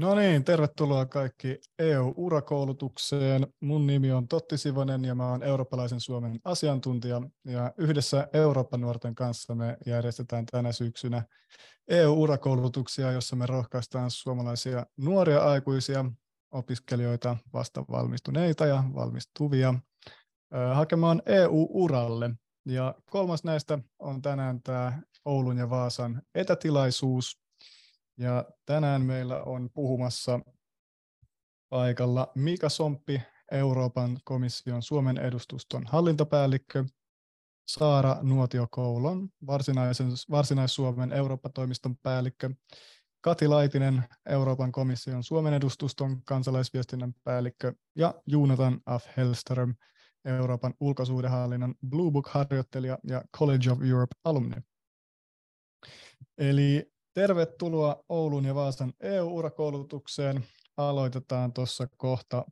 No niin, tervetuloa kaikki EU-urakoulutukseen. Mun nimi on Totti Sivonen ja mä oon eurooppalaisen Suomen asiantuntija. Ja yhdessä Eurooppa-nuorten kanssa me järjestetään tänä syksynä EU-urakoulutuksia, jossa me rohkaistaan suomalaisia nuoria aikuisia, opiskelijoita, vasta valmistuneita ja valmistuvia hakemaan EU-uralle. Ja kolmas näistä on tänään tämä Oulun ja Vaasan etätilaisuus. Ja tänään meillä on puhumassa paikalla Mika Somppi, Euroopan komission Suomen edustuston hallintopäällikkö, Saara Nuotio-Koulon, Varsinais-Suomen Eurooppa-toimiston päällikkö, Kati Laitinen, Euroopan komission Suomen edustuston kansalaisviestinnän päällikkö ja Jonathan Af Hellström, Euroopan ulkosuhdehallinnon Blue Book-harjoittelija ja College of Europe-alumni. Eli tervetuloa Oulun ja Vaasan EU-urakoulutukseen. Aloitetaan tuossa kohta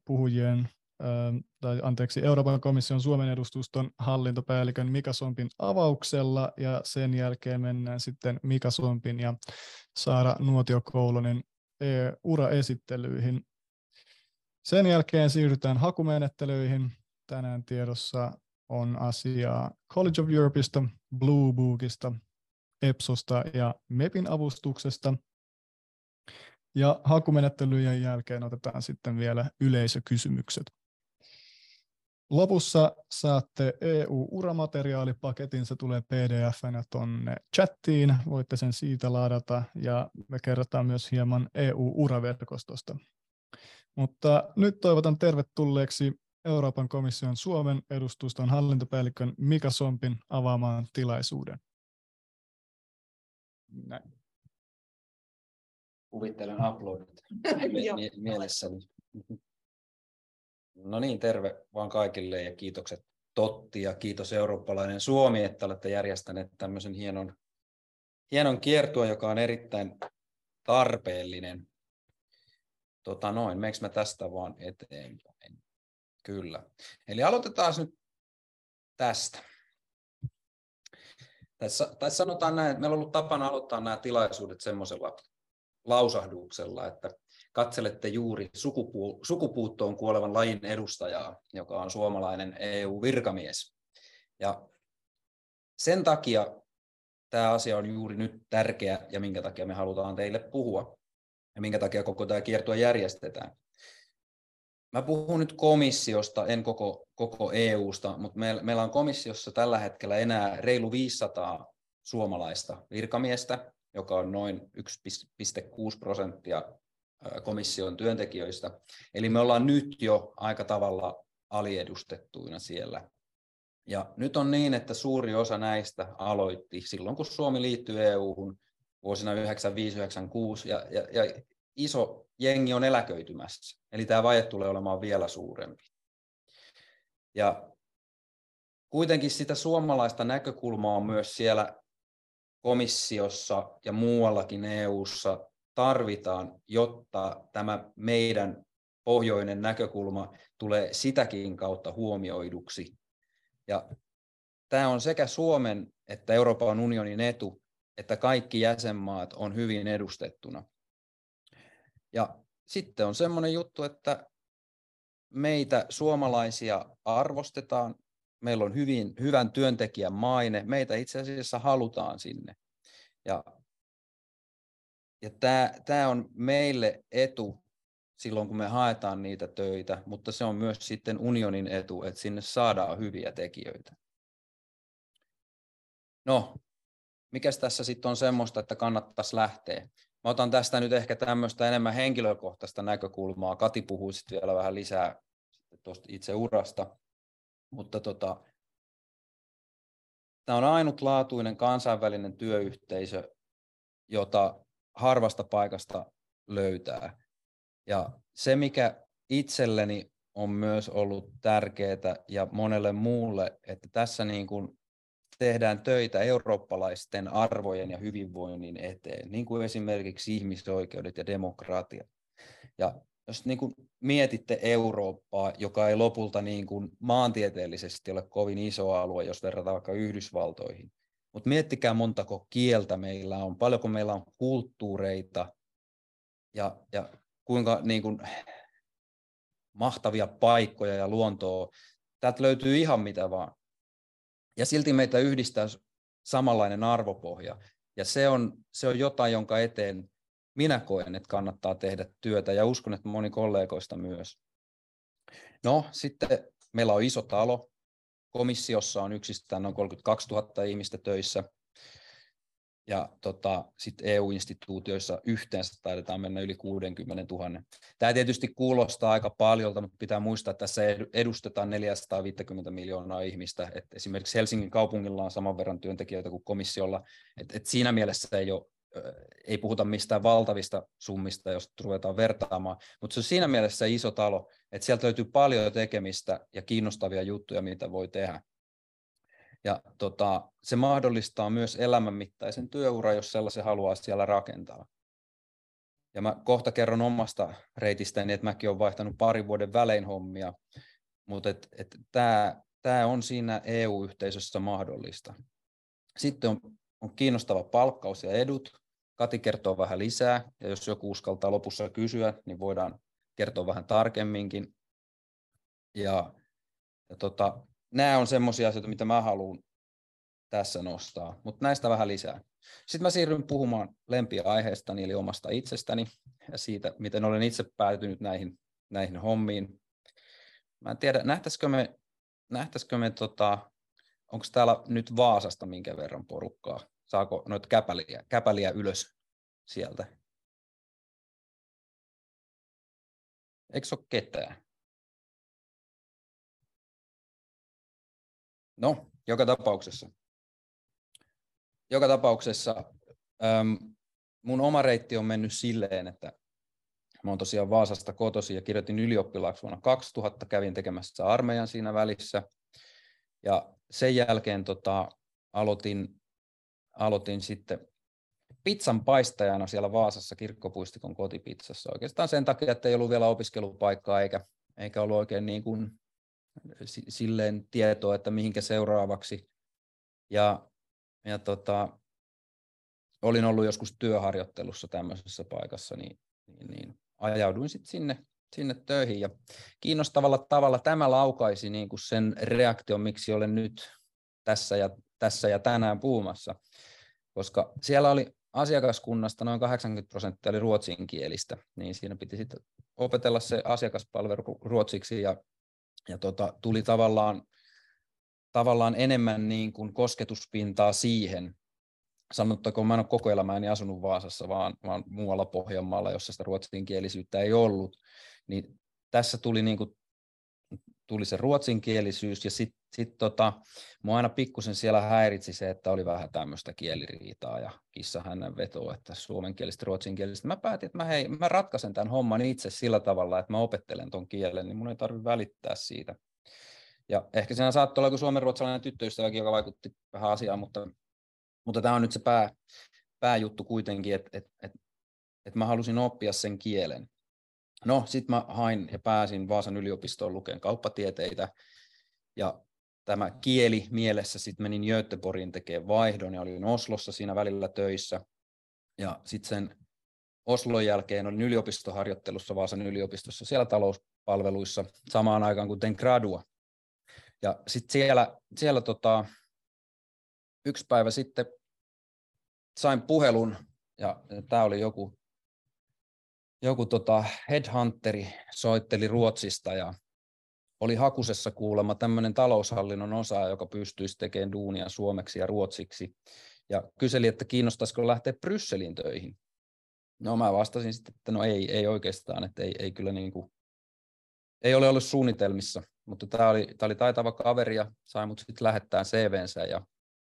Euroopan komission Suomen edustuston hallintopäällikön Mika Sompin avauksella ja sen jälkeen mennään sitten Mika Sompin ja Saara Nuotio-Koulonen uraesittelyihin. Sen jälkeen siirrytään hakumenettelyihin. Tänään tiedossa on asiaa College of Europeista, Blue Bookista, EPSOsta ja MEPin avustuksesta. Ja hakumenettelyjen jälkeen otetaan sitten vielä yleisökysymykset. Lopussa saatte EU-uramateriaalipaketin, se tulee PDF-nä tuonne chattiin, voitte sen siitä ladata ja me kerrotaan myös hieman EU-uraverkostosta. Mutta nyt toivotan tervetulleeksi Euroopan komission Suomen edustuston hallintopäällikön Mika Sompin avaamaan tilaisuuden. Näin. Kuvittelen uploadit mielessäni. No niin, terve vaan kaikille ja kiitokset Totti ja kiitos Eurooppalainen Suomi, että olette järjestäneet tämmöisen hienon kiertueen, joka on erittäin tarpeellinen. Meneekö mä tästä vaan eteenpäin? Kyllä. Eli aloitetaan nyt tästä. Tai sanotaan näin, että meillä on ollut tapana aloittaa nämä tilaisuudet semmoisella lausahduksella, että katselette juuri sukupuuttoon kuolevan lajin edustajaa, joka on suomalainen EU-virkamies. Ja sen takia tämä asia on juuri nyt tärkeä ja minkä takia me halutaan teille puhua ja minkä takia koko tämä kiertue järjestetään. Mä puhun nyt komissiosta, en koko EUsta, mutta meillä on komissiossa tällä hetkellä enää reilu 500 suomalaista virkamiestä, joka on noin 1,6% komission työntekijöistä. Eli me ollaan nyt jo aika tavalla aliedustettuina siellä. Ja nyt on niin, että suuri osa näistä aloitti silloin, kun Suomi liittyi EU-hun vuosina 1995-1996, ja iso jengi on eläköitymässä. Eli tämä vaje tulee olemaan vielä suurempi. Ja kuitenkin sitä suomalaista näkökulmaa on myös siellä komissiossa ja muuallakin EU:ssa tarvitaan, jotta tämä meidän pohjoinen näkökulma tulee sitäkin kautta huomioiduksi. Ja tämä on sekä Suomen että Euroopan unionin etu, että kaikki jäsenmaat on hyvin edustettuna. Ja sitten on semmoinen juttu, että meitä suomalaisia arvostetaan, meillä on hyvän työntekijän maine, meitä itse asiassa halutaan sinne. Ja tämä on meille etu silloin, kun me haetaan niitä töitä, mutta se on myös sitten unionin etu, että sinne saadaan hyviä tekijöitä. No, mikäs tässä sitten on semmoista, että kannattaisi lähteä? Mä otan tästä nyt ehkä tämmöistä enemmän henkilökohtaista näkökulmaa. Kati puhuu sitten vielä vähän lisää tuosta itse urasta. Mutta tämä on ainutlaatuinen kansainvälinen työyhteisö, jota harvasta paikasta löytää. Ja se, mikä itselleni on myös ollut tärkeää ja monelle muulle, että tässä niin kuin tehdään töitä eurooppalaisten arvojen ja hyvinvoinnin eteen, niin kuin esimerkiksi ihmisoikeudet ja demokratia. Ja jos niin kuin mietitte Eurooppaa, joka ei lopulta niin kuin maantieteellisesti ole kovin iso alue, jos verrataan vaikka Yhdysvaltoihin, mutta miettikää montako kieltä meillä on, paljonko meillä on kulttuureita ja kuinka niin kuin mahtavia paikkoja ja luontoa. Täältä löytyy ihan mitä vaan. Ja silti meitä yhdistää samanlainen arvopohja. Ja se on jotain, jonka eteen minä koen, että kannattaa tehdä työtä, ja uskon, että moni kollegoista myös. No, sitten meillä on iso talo. Komissiossa on yksistään noin 32 000 ihmistä töissä. Ja sitten EU-instituutioissa yhteensä taidetaan mennä yli 60 000. Tämä tietysti kuulostaa aika paljolta, mutta pitää muistaa, että tässä edustetaan 450 miljoonaa ihmistä. Et esimerkiksi Helsingin kaupungilla on saman verran työntekijöitä kuin komissiolla. Et siinä mielessä ei puhuta mistään valtavista summista, jos ruvetaan vertaamaan. Mutta se on siinä mielessä iso talo, että sieltä löytyy paljon tekemistä ja kiinnostavia juttuja, mitä voi tehdä. Ja se mahdollistaa myös elämänmittaisen työuran, jos sellaisen haluaa siellä rakentaa. Ja mä kohta kerron omasta reitistäni, että mäkin olen vaihtanut 2 vuoden välein hommia, mutta tämä on siinä EU-yhteisössä mahdollista. Sitten on kiinnostava palkkaus ja edut. Kati kertoo vähän lisää, ja jos joku uskaltaa lopussa kysyä, niin voidaan kertoa vähän tarkemminkin. Nämä on semmoisia asioita, mitä mä haluan tässä nostaa, mutta näistä vähän lisää. Sitten mä siirryn puhumaan lempiaiheestani, eli omasta itsestäni, ja siitä, miten olen itse päätynyt näihin hommiin. Mä en tiedä, nähtäisikö me onko täällä nyt Vaasasta minkä verran porukkaa? Saako noita käpäliä ylös sieltä? Eikö se ole ketään? No, joka tapauksessa mun oma reitti on mennyt silleen, että mä oon tosiaan Vaasasta kotoisin ja kirjoitin ylioppilaaksi vuonna 2000, kävin tekemässä armeijan siinä välissä. Ja sen jälkeen aloitin sitten pizzan paistajana siellä Vaasassa Kirkkopuistikon kotipizzassa. Oikeastaan sen takia, että ei ollut vielä opiskelupaikkaa eikä ollut oikein niin kuin silleen tietoa, että mihinkä seuraavaksi. Ja olin ollut joskus työharjoittelussa tämmöisessä paikassa, niin ajauduin sitten sinne töihin. Ja kiinnostavalla tavalla tämä laukaisi niin kuin sen reaktion, miksi olen nyt tässä ja tänään puhumassa. Koska siellä oli asiakaskunnasta noin 80% oli ruotsinkielistä, niin siinä piti sitten opetella se asiakaspalvelu ruotsiksi ja tuli tavallaan enemmän niin kuin kosketuspintaa siihen. Sanottakoon, mä en ole koko elämäni asunut Vaasassa, vaan muualla Pohjanmaalla, jossa sitä ruotsinkielisyyttä ei ollut. Niin tässä tuli se ruotsinkielisyys, ja sitten mua aina pikkusen siellä häiritsi se, että oli vähän tämmöistä kieliriitaa ja kissahännän vetoa, että suomenkielistä ruotsinkielistä. Mä päätin, että mä ratkaisen tämän homman itse sillä tavalla, että mä opettelen ton kielen, niin mun ei tarvitse välittää siitä. Ja ehkä siinä saattoi olla joku suomenruotsalainen tyttöystäväkin, joka vaikutti vähän asiaan, mutta tämä on nyt se pääjuttu kuitenkin, että mä halusin oppia sen kielen. No, sitten mä hain ja pääsin Vaasan yliopistoon lukemaan kauppatieteitä, ja tämä kieli mielessä sitten menin Göteborgiin tekemään vaihdon, ja olin Oslossa siinä välillä töissä, ja sitten sen Oslon jälkeen olin yliopistoharjoittelussa Vaasan yliopistossa siellä talouspalveluissa samaan aikaan kuin tein gradua. Ja sitten siellä yksi päivä sitten sain puhelun, ja tämä oli joku headhunteri soitteli Ruotsista ja oli hakusessa kuulemma tämmöinen taloushallinnon osa, joka pystyisi tekemään duunia suomeksi ja ruotsiksi, ja kyseli, että kiinnostaisiko lähteä Brysseliin töihin. No mä vastasin sitten, että no ei oikeastaan, että ei kyllä niin kuin, ei ole ollut suunnitelmissa, mutta tämä oli taitava kaveri ja sai mut sitten lähettää CV:nsä ja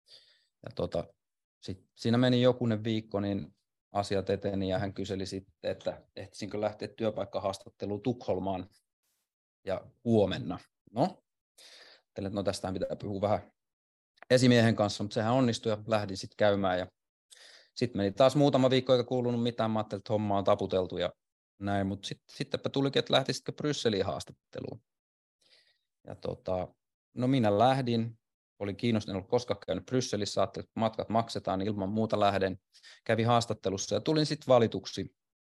siinä meni jokunen viikko, niin asiat eteni ja hän kyseli sitten, että ehtisinkö lähteä työpaikkahaastatteluun Tukholmaan ja huomenna. No tästähän pitää puhua vähän esimiehen kanssa, mutta sehän onnistui ja lähdin sitten käymään. Ja sitten meni taas muutama viikko eikä kuulunut mitään, mä ajattelin, että homma on taputeltu ja näin, mutta sittenpä tulikin, että lähtisitkö Brysseliin haastatteluun. Ja no minä lähdin. Olin kiinnostunut, en ollut koskaan käynyt Brysselissä, ajattelin, että matkat maksetaan, ilman muuta lähden. Kävin haastattelussa ja tulin sitten valituksi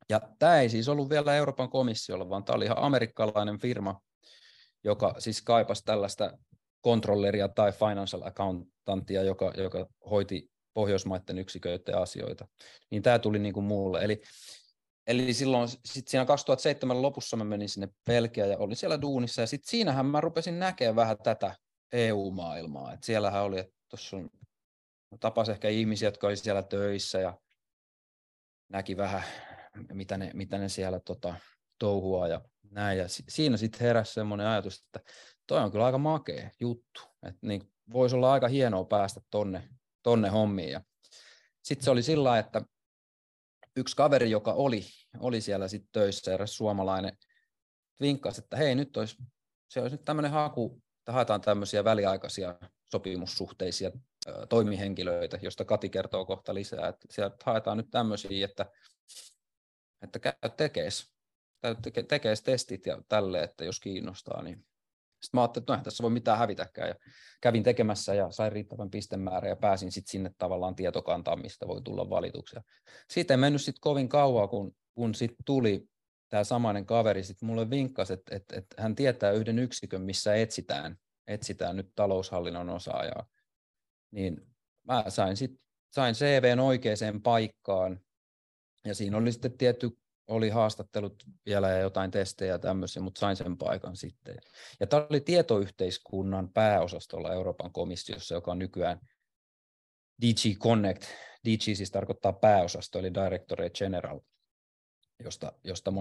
Ja tämä ei siis ollut vielä Euroopan komissiolla, vaan tämä oli ihan amerikkalainen firma, joka siis kaipasi tällaista kontrolleria tai financial accountantia, joka hoiti Pohjoismaiden yksiköiden asioita. Niin tämä tuli niin kuin mulle. Eli silloin siinä 2007 lopussa mä menin sinne Belgiaan ja olin siellä duunissa. Ja sitten siinähän mä rupesin näkemään vähän tätä EU-maailmaa. Et siellähän oli, että tuossa tapasin ehkä ihmisiä, jotka oli siellä töissä ja näki vähän, mitä ne siellä touhua ja näin. Ja siinä sitten heräsi semmoinen ajatus, että toi on kyllä aika makea juttu. Että niin voisi olla aika hienoa päästä tonne hommiin. Sitten se oli sillä lailla, että yksi kaveri, joka oli siellä sitten töissä, eräs suomalainen, vinkkasi, että hei, se olisi nyt tämmöinen haku, että haetaan tämmöisiä väliaikaisia sopimussuhteisia toimihenkilöitä, josta Kati kertoo kohta lisää, että sieltä haetaan nyt tämmöisiä, että käy tekees testit ja tälleen, että jos kiinnostaa, niin sitten mä ajattelin, että no eihän tässä voi mitään hävitäkään, ja kävin tekemässä ja sain riittävän pistemäärän ja pääsin sitten sinne tavallaan tietokantaan, mistä voi tulla valituksia. Siitä ei mennyt sitten kovin kauan, kun sitten tuli tämä samainen kaveri, sitten mulle vinkkasi, että hän tietää yhden yksikön, missä etsitään nyt taloushallinnon osaajaa. Niin mä sain CVn oikeaan paikkaan, ja siinä oli sitten oli haastattelut vielä ja jotain testejä ja tämmöisiä, mutta sain sen paikan sitten. Ja tämä oli tietoyhteiskunnan pääosastolla Euroopan komissiossa, joka on nykyään DG Connect. DG siis tarkoittaa pääosasto, eli Directorate General, josta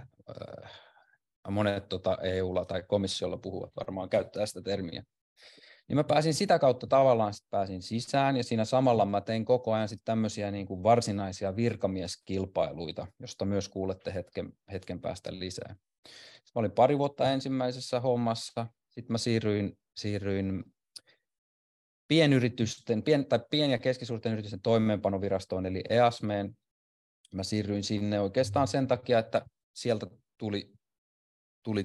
monet EUlla tai komissiolla puhuvat, varmaan käyttää sitä termiä. Niin mä pääsin sitä kautta tavallaan pääsin sisään, ja siinä samalla mä tein koko ajan sitten tämmöisiä niin kuin varsinaisia virkamieskilpailuita, josta myös kuulette hetken päästä lisää. Mä olin 2 vuotta ensimmäisessä hommassa, sitten mä siirryin pien- ja keskisuurten yritysten toimeenpanovirastoon, eli EASMeen. Mä siirryin sinne oikeastaan sen takia, että sieltä tuli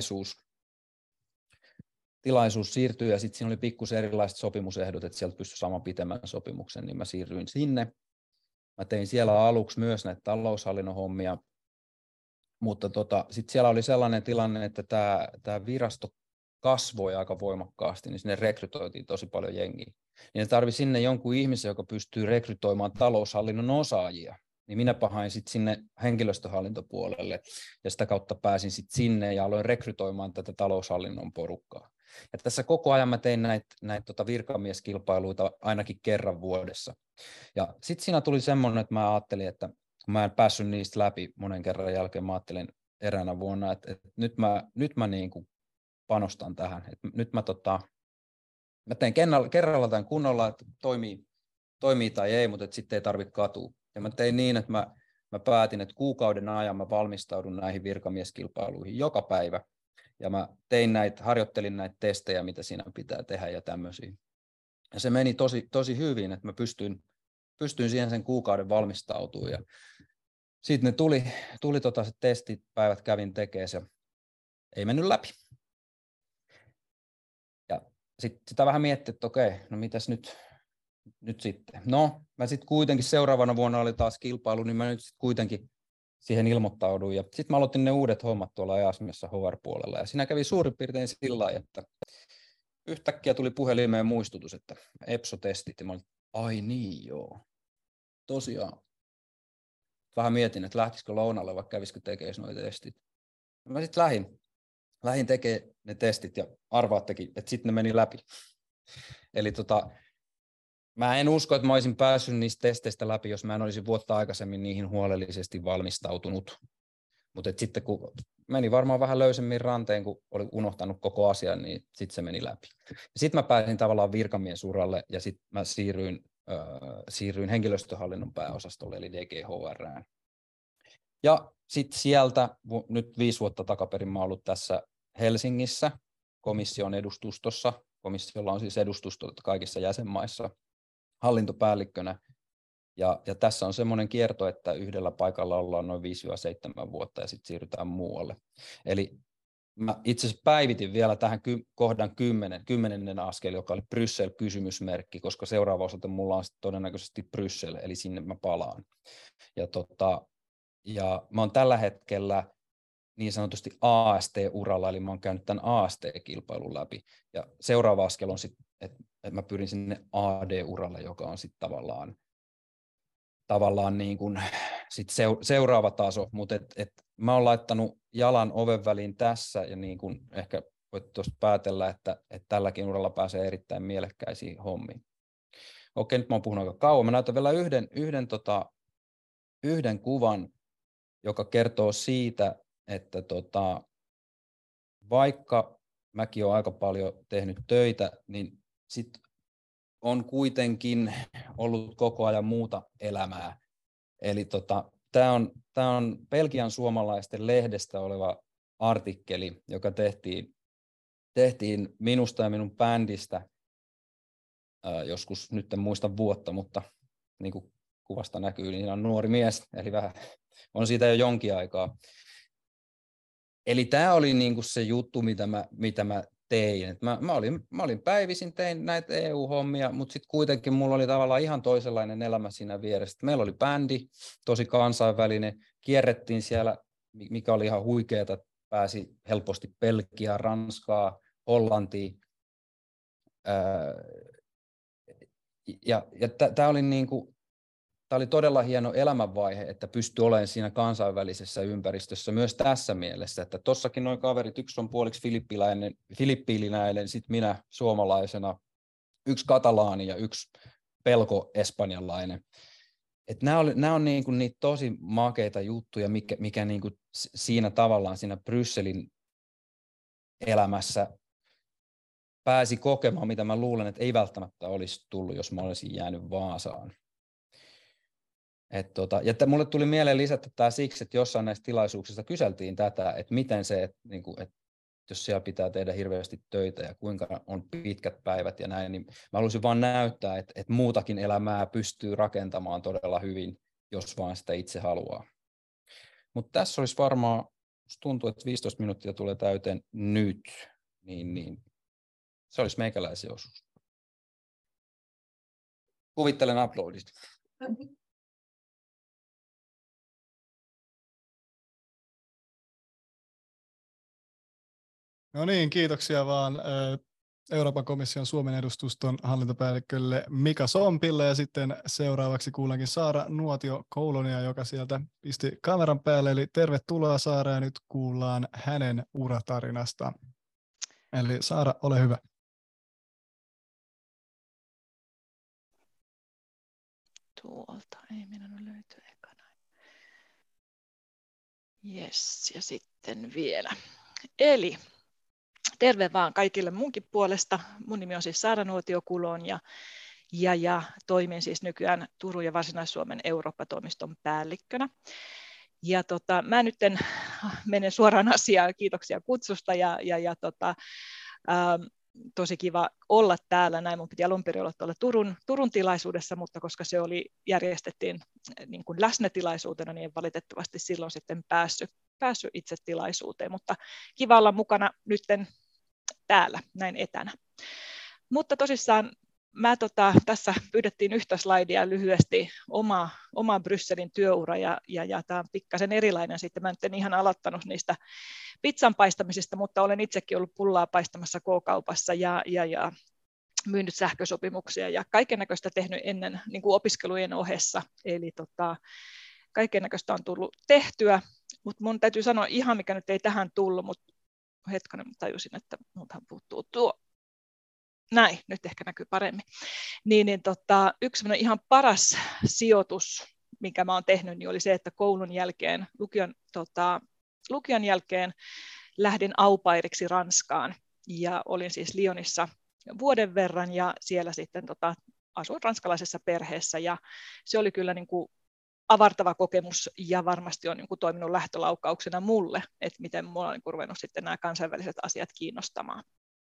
tilaisuus siirtyä, ja sitten siinä oli pikkusen erilaiset sopimusehdot, että sieltä pystyi saamaan pitemmän sopimuksen, niin mä siirryin sinne. Mä tein siellä aluksi myös näitä taloushallinnon hommia, mutta sitten siellä oli sellainen tilanne, että tämä virasto kasvoi aika voimakkaasti, niin sinne rekrytoitiin tosi paljon jengiä. Niin ne tarvitsi sinne jonkun ihmisen, joka pystyy rekrytoimaan taloushallinnon osaajia. Niin minä pahain sitten sinne henkilöstöhallintopuolelle, ja sitä kautta pääsin sitten sinne ja aloin rekrytoimaan tätä taloushallinnon porukkaa. Ja tässä koko ajan mä tein näitä virkamieskilpailuita ainakin kerran vuodessa. Ja sitten siinä tuli semmoinen, että mä ajattelin, että kun mä en päässyt niistä läpi monen kerran jälkeen, mä ajattelin eräänä vuonna, että nyt mä niin kuin panostan tähän. Että nyt mä teen kerralla tämän kunnolla, että toimii tai ei, mutta sitten ei tarvitse katua. Ja mä tein niin, että mä päätin, että kuukauden ajan mä valmistaudun näihin virkamieskilpailuihin joka päivä. Ja mä harjoittelin näitä testejä, mitä siinä pitää tehdä ja tämmöisiä. Ja se meni tosi hyvin, että mä pystyin siihen sen kuukauden valmistautumaan. Ja sitten ne tuli se testipäivät, kävin tekemään ja ei mennyt läpi. Ja sitten sitä vähän miettii, että okei, no mitäs nyt sitten. No, mä sitten kuitenkin seuraavana vuonna oli taas kilpailu, niin mä nyt sitten kuitenkin siihen ilmoittauduin. Ja sitten mä aloitin ne uudet hommat tuolla EASMessa HR-puolella. Ja siinä kävi suurin piirtein sillä lailla, että yhtäkkiä tuli puhelimeen muistutus, että EPSO-testit. Ja mä olin, ai niin joo, tosiaan. Vähän mietin, että lähtisikö lounalle, vaikka kävisikö tekemään nuo testit. Mä sitten lähdin tekemään ne testit ja arvaattekin, että sitten ne meni läpi. Eli mä en usko, että mä olisin päässyt niistä testeistä läpi, jos mä en olisi vuotta aikaisemmin niihin huolellisesti valmistautunut. Mutta sitten kun meni varmaan vähän löysemmin ranteen, kun oli unohtanut koko asian, niin sitten se meni läpi. Sitten mä pääsin tavallaan virkamiesuralle ja sitten mä siirryin henkilöstöhallinnon pääosastolle, eli DGHR:ään. Ja sitten sieltä, nyt 5 vuotta takaperin mä oon ollut tässä Helsingissä komission edustustossa. Komissiolla on siis edustustot kaikissa jäsenmaissa hallintopäällikkönä. Ja tässä on semmoinen kierto, että yhdellä paikalla ollaan noin 5-7 vuotta ja sitten siirrytään muualle. Eli mä itse asiassa päivitin vielä tähän kohdan 10. askel, joka oli Bryssel-kysymysmerkki, koska seuraava osalta mulla on todennäköisesti Bryssel, eli sinne mä palaan. Ja mä oon tällä hetkellä niin sanotusti AST-uralla, eli mä oon käynyt tämän AST-kilpailun läpi. Ja seuraava askel on sitten, että mä pyrin sinne AD-uralle, joka on sitten tavallaan niin kuin sit seuraava taso. Mutta mä oon laittanut jalan oven väliin tässä, ja niin kuin ehkä voit tuosta päätellä, että tälläkin uralla pääsee erittäin mielekkäisiin hommiin. Okei, nyt mä oon puhunut aika kauan. Mä näytän vielä yhden kuvan, joka kertoo siitä, että vaikka mäkin olen aika paljon tehnyt töitä, niin sit on kuitenkin ollut koko ajan muuta elämää. Eli tämä on Belgian suomalaisten lehdestä oleva artikkeli, joka tehtiin minusta ja minun bändistä joskus, nyt en muista vuotta, mutta niin kuin kuvasta näkyy, niin on nuori mies, eli vähän on siitä jo jonkin aikaa. Eli tämä oli niinku se juttu, mitä mä tein. Et mä olin päivisin, tein näitä EU-hommia, mutta sitten kuitenkin mulla oli tavallaan ihan toisenlainen elämä siinä vieressä. Meillä oli bändi, tosi kansainvälinen, kierrettiin siellä, mikä oli ihan huikeeta, pääsi helposti Belgiaan, Ranskaa, Hollantiin. Ja tämä oli niinku, tämä oli todella hieno elämänvaihe, että pystyi olemaan siinä kansainvälisessä ympäristössä myös tässä mielessä, että tossakin noin kaverit, yksi on puoliksi filippiilinäinen, sitten minä suomalaisena, yksi katalaani ja yksi pelko espanjalainen. Että nämä on niinku niitä tosi makeita juttuja, mikä niinku siinä tavallaan siinä Brysselin elämässä pääsi kokemaan, mitä mä luulen, että ei välttämättä olisi tullut, jos mä olisin jäänyt Vaasaan. Ja mulle tuli mieleen lisätä tämä siksi, että jossain näistä tilaisuuksista kyseltiin tätä, että miten se, että jos siellä pitää tehdä hirveästi töitä ja kuinka on pitkät päivät ja näin, niin mä haluaisin vaan näyttää, että muutakin elämää pystyy rakentamaan todella hyvin, jos vaan sitä itse haluaa. Mutta tässä olisi varmaan, tuntuu, että 15 minuuttia tulee täyteen nyt, niin se olisi meikäläisen osuus. Kuvittelen uploadista. No niin, kiitoksia vaan Euroopan komission Suomen edustuston hallintopäällikölle Mika Sompille, ja sitten seuraavaksi kuullaankin Saara Nuotio-Koulonia, joka sieltä pisti kameran päälle. Eli tervetuloa Saara, ja nyt kuullaan hänen uratarinasta. Eli Saara, ole hyvä. Tuolta ei minun löyty ekana. Jes, ja sitten vielä. Eli terve vaan kaikille munkin puolesta. Mun nimi on siis Saara Nuotio-Kulon ja toimin siis nykyään Turun ja Varsinais-Suomen Eurooppa-toimiston päällikkönä. Ja mä nyt menen suoraan asiaan, kiitoksia kutsusta tosi kiva olla täällä. Näin mun piti alun perin olla tuolla Turun tilaisuudessa, mutta koska se järjestettiin niin kuin läsnätilaisuutena, niin en valitettavasti silloin sitten päässyt itse tilaisuuteen, mutta kiva olla mukana nytten täällä näin etänä. Mutta tosissaan tässä pyydettiin yhtä slaidia lyhyesti oma Brysselin työura ja tämä on pikkasen erilainen sitten. Mä en ihan aloittanut niistä pizzan paistamisista, mutta olen itsekin ollut pullaa paistamassa K-kaupassa ja myynyt sähkösopimuksia ja kaikennäköistä tehnyt ennen niin kuin opiskelujen ohessa. Eli kaikennäköistä on tullut tehtyä, mutta mun täytyy sanoa ihan, mikä nyt ei tähän tullut, mutta hetkonen, tajusin, että multahan puuttuu tuo. Näin, nyt ehkä näkyy paremmin. Yksi ihan paras sijoitus, minkä mä oon tehnyt, niin oli se, että koulun jälkeen, lukion jälkeen lähdin au pairiksi Ranskaan ja olin siis Lyonissa vuoden verran ja siellä sitten asuin ranskalaisessa perheessä ja se oli kyllä niin kuin avartava kokemus ja varmasti on niin kuin toiminut lähtölaukauksena mulle, että miten mulla on niin kuin ruvennut sitten nämä kansainväliset asiat kiinnostamaan.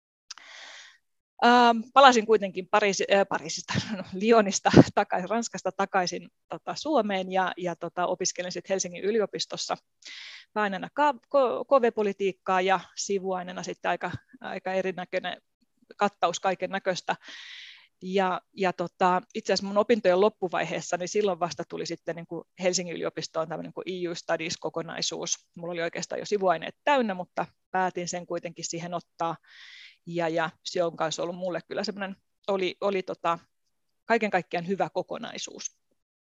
Palasin kuitenkin Lyonista takaisin, Ranskasta takaisin Suomeen ja opiskelin sitten Helsingin yliopistossa pääaineena KV-politiikkaa ja sivuaineena sitten aika erinäköinen kattaus kaiken näköistä. Itse asiassa mun opintojen loppuvaiheessa, niin silloin vasta tuli sitten niin kuin Helsingin yliopistoon tämmöinen niin EU Studies-kokonaisuus. Mulla oli oikeastaan jo sivuaineet täynnä, mutta päätin sen kuitenkin siihen ottaa. Ja se on kanssa ollut mulle kyllä semmoinen, oli kaiken kaikkiaan hyvä kokonaisuus.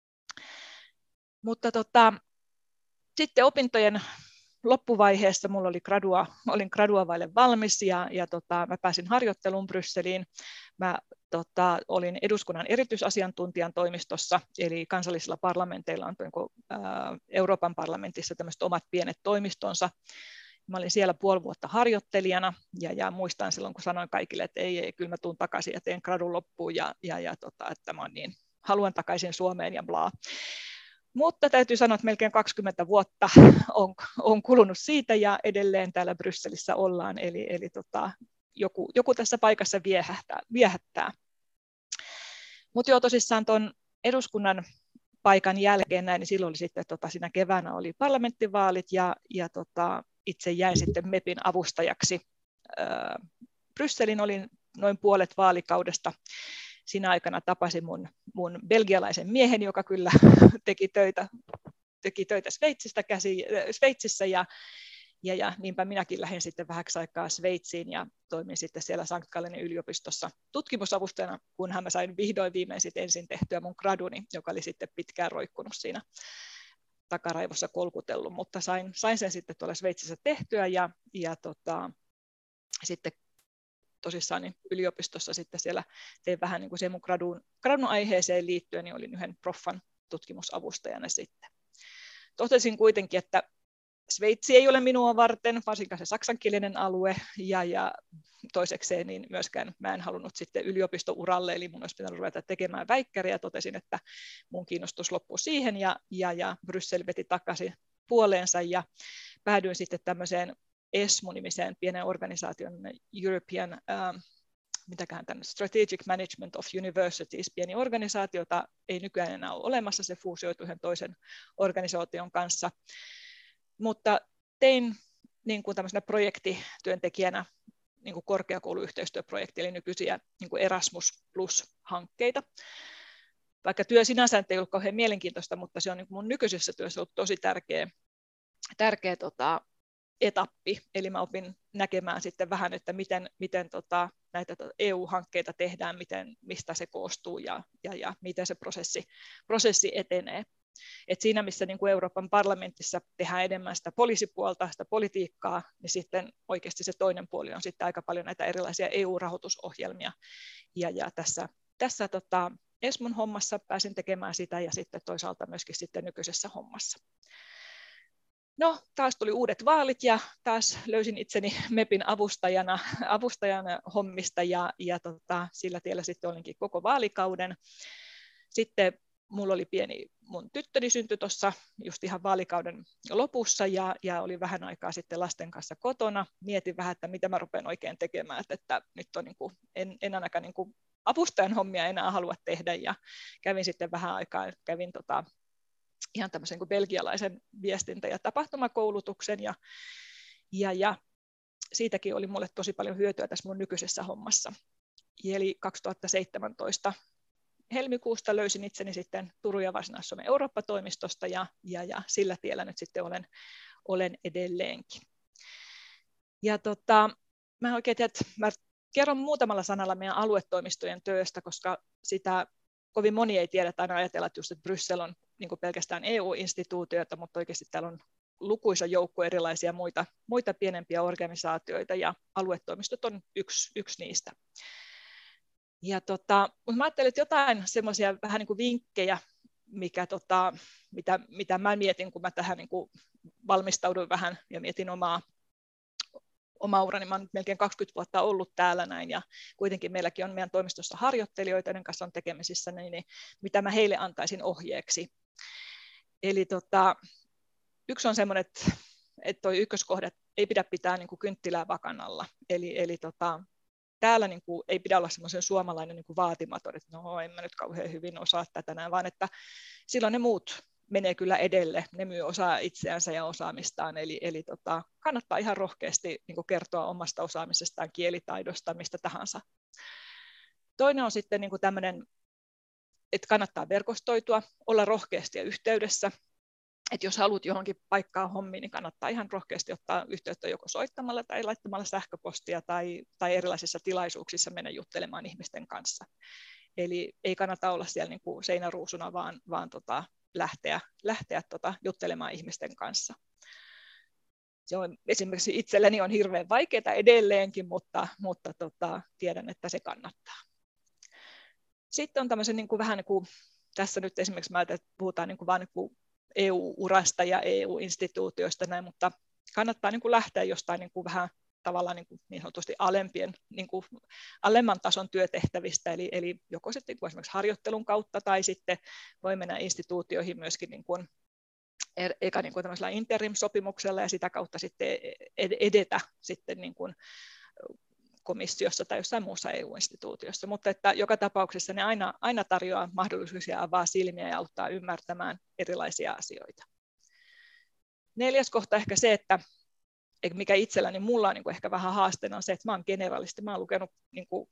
Mutta sitten opintojen loppuvaiheessa mulla oli olin graduavaille valmis ja mä pääsin harjoitteluun Brysseliin. Mä olin eduskunnan erityisasiantuntijan toimistossa, eli kansallisilla parlamenteilla on Euroopan parlamentissa tämmöiset omat pienet toimistonsa. Mä olin siellä puoli vuotta harjoittelijana ja muistan silloin, kun sanoin kaikille, että ei, kyllä mä tuun takaisin ja teen gradun loppuun että mä haluan takaisin Suomeen ja blaa. Mutta täytyy sanoa, että melkein 20 vuotta on kulunut siitä ja edelleen täällä Brysselissä ollaan, eli joku tässä paikassa viehättää. Mutta joo, tosissaan tuon eduskunnan paikan jälkeen niin silloin oli sitten siinä keväänä oli parlamenttivaalit ja itse jäin sitten MEPin avustajaksi. Brysselin olin noin puolet vaalikaudesta. Siinä aikana tapasin mun belgialaisen miehen, joka kyllä teki töitä Sveitsissä ja niinpä minäkin lähdin sitten vähäksi aikaa Sveitsiin ja toimin sitten siellä Sankt Gallenen yliopistossa tutkimusavustajana, kunhan mä sain vihdoin viimein sitten ensin tehtyä mun graduni, joka oli sitten pitkään roikkunut siinä takaraivossa kolkutellut, mutta sain sen sitten tuolla Sveitsissä tehtyä ja sitten tosissaan niin yliopistossa sitten siellä tein vähän niin kuin sen mun gradun aiheeseen liittyen, niin olin yhden proffan tutkimusavustajana sitten. Totesin kuitenkin, että Sveitsi ei ole minua varten, varsinkaan se saksankielinen alue, ja toisekseen niin myöskään mä en halunnut sitten yliopistouralle, eli mun olisi pitänyt ruveta tekemään väikkäriä, ja totesin, että mun kiinnostus loppui siihen, ja Bryssel veti takaisin puoleensa, ja päädyin sitten tämmöiseen ESMO-nimiseen pienen organisaation, European Strategic Management of Universities, pieni organisaatio, jota ei nykyään enää ole olemassa, se fuusioitui yhden toisen organisaation kanssa. Mutta tein niin kuin tämmöisenä projektityöntekijänä niin kuin korkeakouluyhteistyöprojekti, eli nykyisiä niin kuin Erasmus Plus-hankkeita. Vaikka työ sinänsä ei ollut kauhean mielenkiintoista, mutta se on niin kuin mun nykyisessä työssä ollut tosi tärkeä etappi. Eli mä opin näkemään sitten vähän, että miten näitä EU-hankkeita tehdään, mistä se koostuu ja miten se prosessi etenee. Et siinä, missä niin kuin Euroopan parlamentissa tehdään enemmän sitä poliisipuolta, sitä politiikkaa, niin sitten oikeasti se toinen puoli on sitten aika paljon näitä erilaisia EU-rahoitusohjelmia. Ja tässä ESMOn hommassa pääsin tekemään sitä ja sitten toisaalta myöskin sitten nykyisessä hommassa. No, taas tuli uudet vaalit ja taas löysin itseni MEPin avustajana hommista ja sillä tiellä sitten olinkin koko vaalikauden. Sitten mulla oli mun tyttöni syntyi tuossa just ihan vaalikauden lopussa ja oli vähän aikaa sitten lasten kanssa kotona. Mietin vähän, että mitä mä rupean oikein tekemään, että nyt on niin kuin, en ainakaan niin kuin avustajan hommia enää halua tehdä ja kävin sitten vähän aikaa, ihan tämmöisen kuin belgialaisen viestintä- ja tapahtumakoulutuksen ja siitäkin oli mulle tosi paljon hyötyä tässä mun nykyisessä hommassa. Eli 2017 helmikuusta löysin itseni sitten Turun ja Varsinais-Suomen Eurooppa-toimistosta ja sillä tiellä nyt sitten olen edelleenkin. Ja mä oikein tiedän, että mä kerron muutamalla sanalla meidän aluetoimistojen työstä, koska sitä kovin moni ei tiedä, että aina ajatella, että just, että Bryssel on niin kuin pelkästään EU-instituutioita, mutta oikeasti täällä on lukuisa joukko erilaisia muita pienempiä organisaatioita ja aluetoimistot on yksi niistä. Mutta mä ajattelin, että jotain semmoisia vähän niin kuin vinkkejä, mitä mä mietin, kun mä tähän niin kuin valmistauduin vähän ja mietin omaa urani. Mä olen melkein 20 vuotta ollut täällä näin ja kuitenkin meilläkin on meidän toimistossa harjoittelijoita, joiden kanssa on tekemisissä, niin mitä mä heille antaisin ohjeeksi. Eli yksi on semmoinen, että toi ykköskohde ei pidä pitää niin kuin kynttilää vakanalla. Eli täällä niin kuin ei pidä olla semmoisen suomalainen niin kuin vaatimaton, että no en mä nyt kauhean hyvin osaa tätä näin, vaan että silloin ne muut menee kyllä edelle, ne myy osaa itseänsä ja osaamistaan, eli kannattaa ihan rohkeasti niin kuin kertoa omasta osaamisestaan, kielitaidosta, mistä tahansa. Toinen on sitten niin kuin tämmöinen, että kannattaa verkostoitua, olla rohkeasti yhteydessä. Että jos haluat johonkin paikkaan hommiin, niin kannattaa ihan rohkeasti ottaa yhteyttä joko soittamalla tai laittamalla sähköpostia tai erilaisissa tilaisuuksissa mennä juttelemaan ihmisten kanssa. Eli ei kannata olla siellä niin kuin seinäruusuna, vaan lähteä juttelemaan ihmisten kanssa. Se on esimerkiksi itselleni on hirveän vaikeaa edelleenkin, mutta tiedän, että se kannattaa. Sitten on tämmöisen niin kuin vähän niin kuin, tässä nyt esimerkiksi puhutaan niin kuin vain niin kuin EU-urasta ja EU-instituutioista näin, mutta kannattaa niin kuin lähteä jostain niin kuin vähän tavallaan niin sanotusti alemman tason työtehtävistä, eli joko sitten niin esimerkiksi harjoittelun kautta tai sitten voi mennä instituutioihin myöskin niin kuin, eikä niin kuin tämmöisellä interim-sopimuksella ja sitä kautta sitten edetä sitten niin kuin komissiossa tai jossain muussa EU-instituutiossa, mutta että joka tapauksessa ne aina tarjoaa mahdollisuuksia avaa silmiä ja auttaa ymmärtämään erilaisia asioita. 4. kohta ehkä se, että mikä itselläni mulla on niin kuin ehkä vähän haasteena on se, että mä oon generalisti, mä oon lukenut niin kuin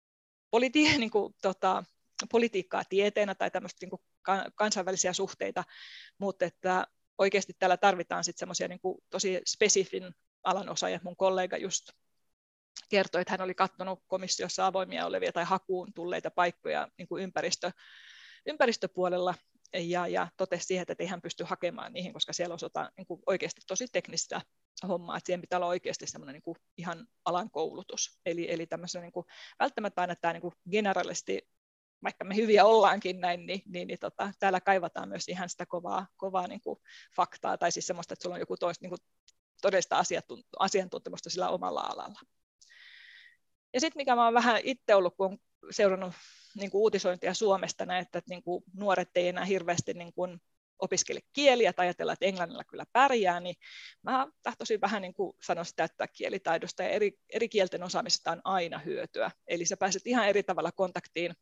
politiikkaa tieteenä tai tämmöistä niin kuin kansainvälisiä suhteita, mutta että oikeasti täällä tarvitaan sitten semmoisia niin kuin tosi spesifin alan osaajia. Mun kollega just kertoi, että hän oli katsonut komissiossa avoimia olevia tai hakuun tulleita paikkoja niin kuin ympäristöpuolella ja totesi siihen, että ei hän pysty hakemaan niihin, koska siellä osataan niin kuin oikeasti tosi teknistä hommaa, että siihen pitää olla oikeasti semmoinen niin kuin ihan alan koulutus. Eli tämmöisenä niin kuin, välttämättä aina tämä niin kuin generalisti, vaikka me hyviä ollaankin näin, niin täällä kaivataan myös ihan sitä kovaa niin kuin faktaa, tai siis semmoista, että sulla on joku niin kuin todellista asiantuntemusta sillä omalla alalla. Ja sitten mikä mä oon vähän itse ollut, kun on seurannut niin kuin uutisointia Suomesta, että niin kuin nuoret ei enää hirveästi niin kuin opiskele kieliä tai ajatella, että englannilla kyllä pärjää, niin mä tahtoisin vähän niin kuin sanoa sitä, että kielitaidosta ja eri kielten osaamisesta on aina hyötyä. Eli sä pääset ihan eri tavalla kontakti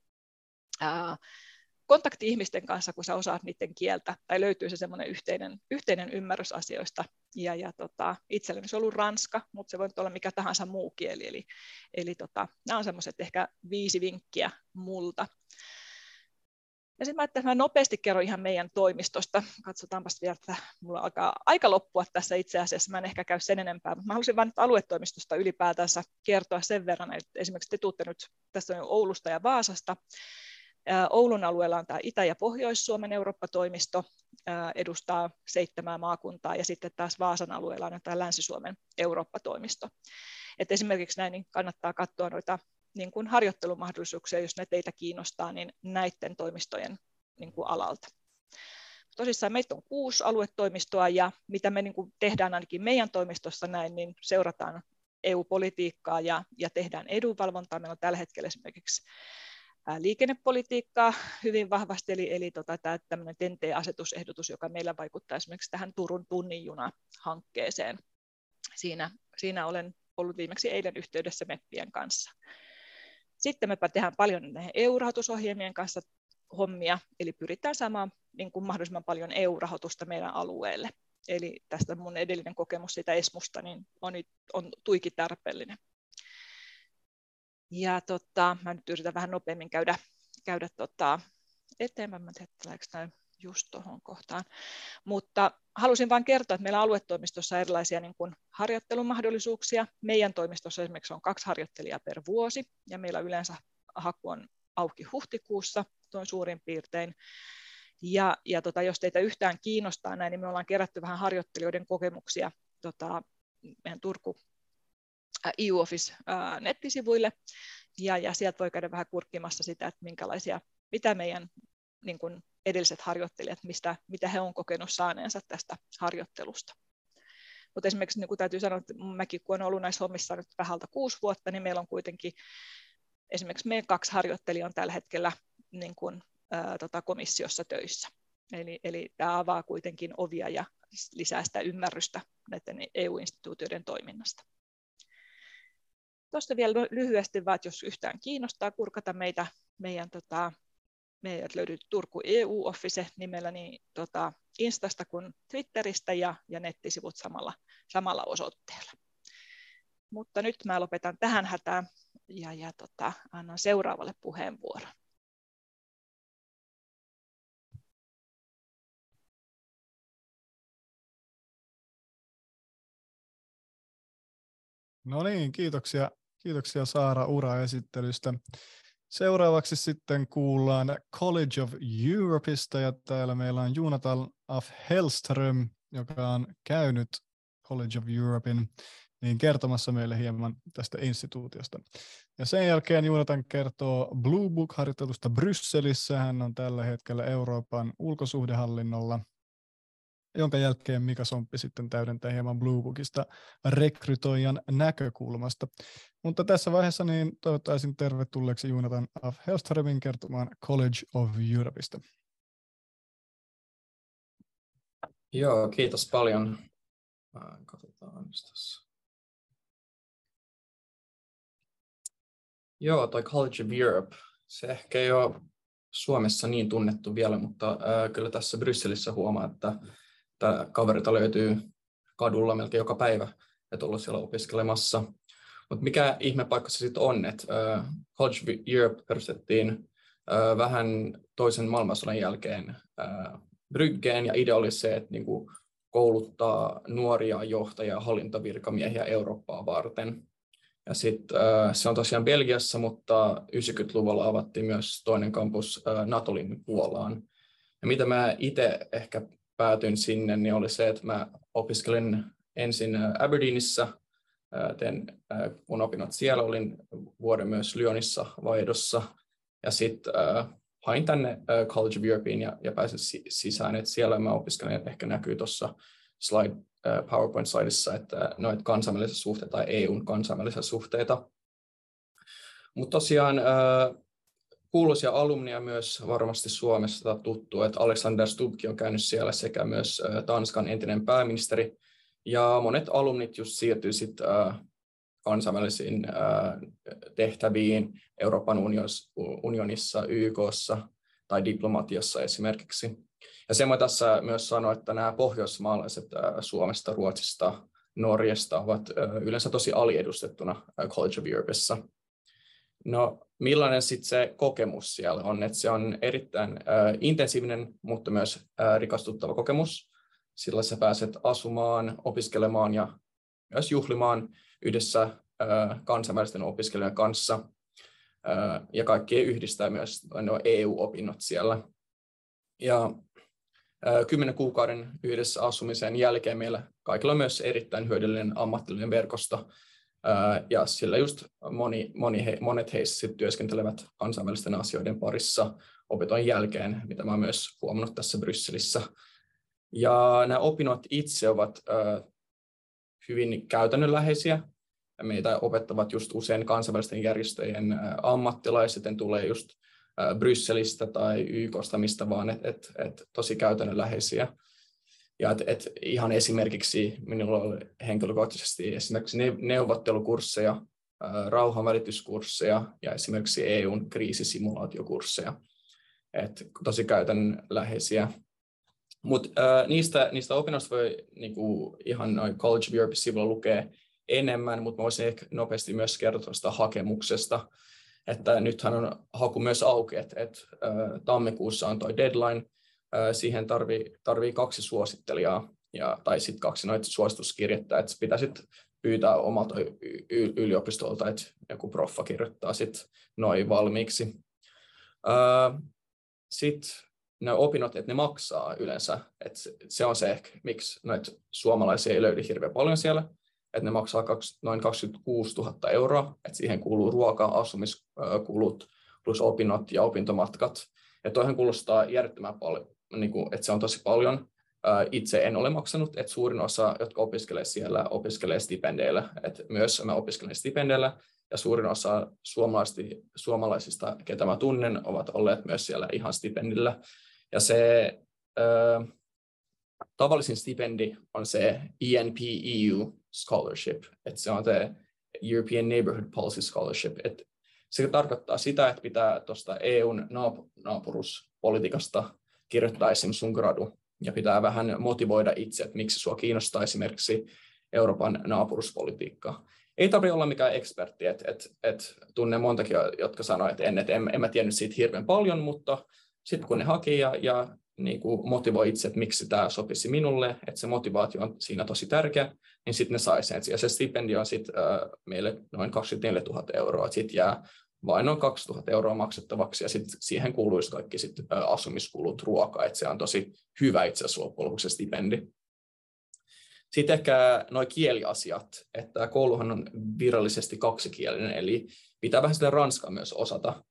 ihmisten kanssa, kun sä osaat niiden kieltä, tai löytyy se semmoinen yhteinen ymmärrys asioista. Ja itselleni se on ollut ranska, mutta se voi olla mikä tahansa muu kieli. Eli nämä on semmoiset ehkä 5 vinkkiä multa. Ja sitten mä nopeasti kerron ihan meidän toimistosta. Katsotaanpas vielä, että mulla alkaa aika loppua tässä itse asiassa. Mä en ehkä käy sen enempää, mutta mä haluaisin vain aluetoimistosta ylipäätänsä kertoa sen verran, että esimerkiksi te tuutte nyt tässä Oulusta ja Vaasasta. Oulun alueella on tämä Itä- ja Pohjois-Suomen Eurooppa-toimisto, edustaa 7 maakuntaa, ja sitten taas Vaasan alueella on tämä Länsi-Suomen Eurooppa-toimisto. Et esimerkiksi näin niin kannattaa katsoa noita niin kuin harjoittelumahdollisuuksia, jos ne teitä kiinnostaa, niin näiden toimistojen niin kuin alalta. Tosissaan meitä on 6 aluetoimistoa, ja mitä me niin kuin tehdään ainakin meidän toimistossa näin, niin seurataan EU-politiikkaa ja tehdään edunvalvontaa. Meillä on tällä hetkellä esimerkiksi liikennepolitiikkaa hyvin vahvasti, eli tämä tämmöinen TEN-T-asetusehdotus, joka meillä vaikuttaa esimerkiksi tähän Turun tunnin juna-hankkeeseen. Siinä olen ollut viimeksi eilen yhteydessä meppien kanssa. Sitten me tehdään paljon näiden EU-rahoitusohjelmien kanssa hommia, eli pyritään saamaan niin kuin mahdollisimman paljon EU-rahoitusta meidän alueelle. Eli tästä mun edellinen kokemus siitä ESMUsta niin on tuiki tarpeellinen. Ja mä nyt yritän vähän nopeammin käydä eteenpäin, mä en tiedä, tuleeko tämä just tuohon kohtaan. Mutta halusin vain kertoa, että meillä aluetoimistossa on erilaisia niin kuin harjoittelumahdollisuuksia. Meidän toimistossa esimerkiksi on 2 harjoittelijaa per vuosi, ja meillä yleensä haku on auki huhtikuussa, tuon suurin piirtein. Ja jos teitä yhtään kiinnostaa näin, niin me ollaan kerätty vähän harjoittelijoiden kokemuksia meidän Turku EU Office nettisivuille, ja sieltä voi käydä vähän kurkkimassa sitä, että mitä meidän niin kuin edelliset harjoittelijat, mitä he on kokenut saaneensa tästä harjoittelusta. Mutta esimerkiksi niin kuin täytyy sanoa, että mäkin kun olen ollut näissä hommissa nyt vähältä 6 vuotta, niin meillä on kuitenkin esimerkiksi meidän 2 harjoittelijaa on tällä hetkellä niin kuin, komissiossa töissä. Eli tämä avaa kuitenkin ovia ja lisää sitä ymmärrystä näiden EU-instituutioiden toiminnasta. Tuosta vielä lyhyesti, vaan jos yhtään kiinnostaa kurkata meidät löytyy Turku EU Office nimellä niin Instasta kuin Twitteristä ja nettisivut samalla osoitteella. Mutta nyt mä lopetan tähän hätään annan seuraavalle puheenvuoron. No niin, kiitoksia Saara uraesittelystä. Seuraavaksi sitten kuullaan College of Europeista, ja täällä meillä on Jonathan af Hellström, joka on käynyt College of Europein, niin kertomassa meille hieman tästä instituutiosta. Ja sen jälkeen Jonathan kertoo Blue Book-harjoittelusta Brysselissä. Hän on tällä hetkellä Euroopan ulkosuhdehallinnolla, jonka jälkeen Mika Somppi sitten täydentää hieman Blue Bookista rekrytoijan näkökulmasta. Mutta tässä vaiheessa niin toivottaisin tervetulleeksi Jonathan af Hellströmin kertomaan College of Europeista. Joo, kiitos paljon. Katsotaan tässä. Joo, toi College of Europe, se ehkä ei ole Suomessa niin tunnettu vielä, mutta kyllä tässä Brysselissä huomaa, että kaverita löytyy kadulla melkein joka päivä, että ollut siellä opiskelemassa. Mutta mikä ihme paikka se sitten on, että College of Europe perustettiin vähän toisen maailmansodan jälkeen Bryggeen, ja idea oli se, että niinku kouluttaa nuoria johtajia ja hallintovirkamiehiä Eurooppaa varten. Ja sitten se on tosiaan Belgiassa, mutta 90-luvulla avattiin myös toinen kampus Natolin Puolaan. Ja mitä mä itse ehkä päätyin sinne, niin oli se, että mä opiskelin ensin Aberdeenissä, tein mun opinnot siellä, olin vuoden myös Lyonissa vaihdossa, ja sitten hain tänne College of Europeen ja pääsin sisään, että siellä mä opiskelen, ehkä näkyy tuossa PowerPoint-slaidissa, että noita kansainvälisiä suhteita tai EUn kansainvälisiä suhteita. Mutta tosiaan kuuluisia alumnia myös varmasti Suomessa tuttu, että Alexander Stubbkin on käynyt siellä sekä myös Tanskan entinen pääministeri. Ja monet alumnit just siirtyy sitten kansainvälisiin tehtäviin Euroopan unionissa, YK:ssa tai diplomatiassa esimerkiksi. Ja sen mä tässä myös sanoa, että nämä pohjoismaalaiset Suomesta, Ruotsista, Norjasta ovat yleensä tosi aliedustettuna College of Europeissa. No, millainen sitten se kokemus siellä on? Että se on erittäin intensiivinen, mutta myös rikastuttava kokemus. Sillä sä pääset asumaan, opiskelemaan ja myös juhlimaan yhdessä kansainvälisten opiskelijoiden kanssa. Ja kaikki yhdistää myös nuo EU-opinnot siellä. Ja 10 kuukauden yhdessä asumisen jälkeen meillä kaikilla on myös erittäin hyödyllinen ammatillinen verkosto. Ja sillä just monet heistä sit työskentelevät kansainvälisten asioiden parissa opintojen jälkeen, mitä mä oon myös huomannut tässä Brysselissä. Ja nämä opinnot itse ovat hyvin käytännönläheisiä. Meitä opettavat just usein kansainvälisten järjestöjen ammattilaiset, tulee just Brysselistä tai YK:sta, mistä vaan, et tosi käytännönläheisiä. Ja ihan esimerkiksi minulla oli henkilökohtaisesti esimerkiksi neuvottelukursseja, rauhanvälityskursseja ja esimerkiksi EUn kriisisimulaatiokursseja. Tosi käytännönläheisiä. Mutta niistä opinnoista voi niinku, ihan noin College of Europe -sivuilla lukea enemmän, mutta voisin ehkä nopeasti myös kertoa sitä hakemuksesta. Että nythän on haku myös auki, että tammikuussa on toi deadline. Siihen tarvii 2 suosittelijaa tai sitten 2 noita suosituskirjettä, että pitää sitten pyytää omalta yliopistolta, että joku proffa kirjoittaa sitten noin valmiiksi. Sitten ne opinnot, että ne maksaa yleensä, että se on se ehkä, miksi noita suomalaisia ei löydy hirveän paljon siellä, että ne maksaa noin 26 000 €, että siihen kuuluu ruoka, asumiskulut plus opinnot ja opintomatkat. Ja toihan kuulostaa järjettömän paljon, että se on tosi paljon. Itse en ole maksanut, että suurin osa, jotka opiskelee siellä, opiskelee stipendeillä. Että myös mä opiskelen stipendeillä ja suurin osa suomalaisista, ketä mä tunnen, ovat olleet myös siellä ihan stipendillä. Ja se tavallisin stipendi on se ENP-EU Scholarship, että se on se European Neighborhood Policy Scholarship. Että se tarkoittaa sitä, että pitää tuosta EUn naapuruspolitiikasta kirjoittaa esimerkiksi sun gradu, ja pitää vähän motivoida itse, että miksi sua kiinnostaa esimerkiksi Euroopan naapuruspolitiikka. ei tarvitse olla mikään ekspertti, että tunnen montakin, jotka sanoivat, että en mä tiennyt siitä hirveän paljon, mutta sitten kun ne haki ja niin kuin motivoi itse, että miksi tämä sopisi minulle, että se motivaatio on siinä tosi tärkeä, niin sitten ne sai sen. Ja se stipendi on sitten meille noin 24 000 €, että sitten jää vain noin 2 000 € maksettavaksi, ja sitten siihen kuuluisi kaikki sitten asumiskulut, ruoka, että se on tosi hyvä itse asiassa loppujen lopuksi se stipendi. Sitten ehkä nuo kieliasiat, että kouluhan on virallisesti kaksikielinen, eli pitää vähän sitä ranskaa myös osata.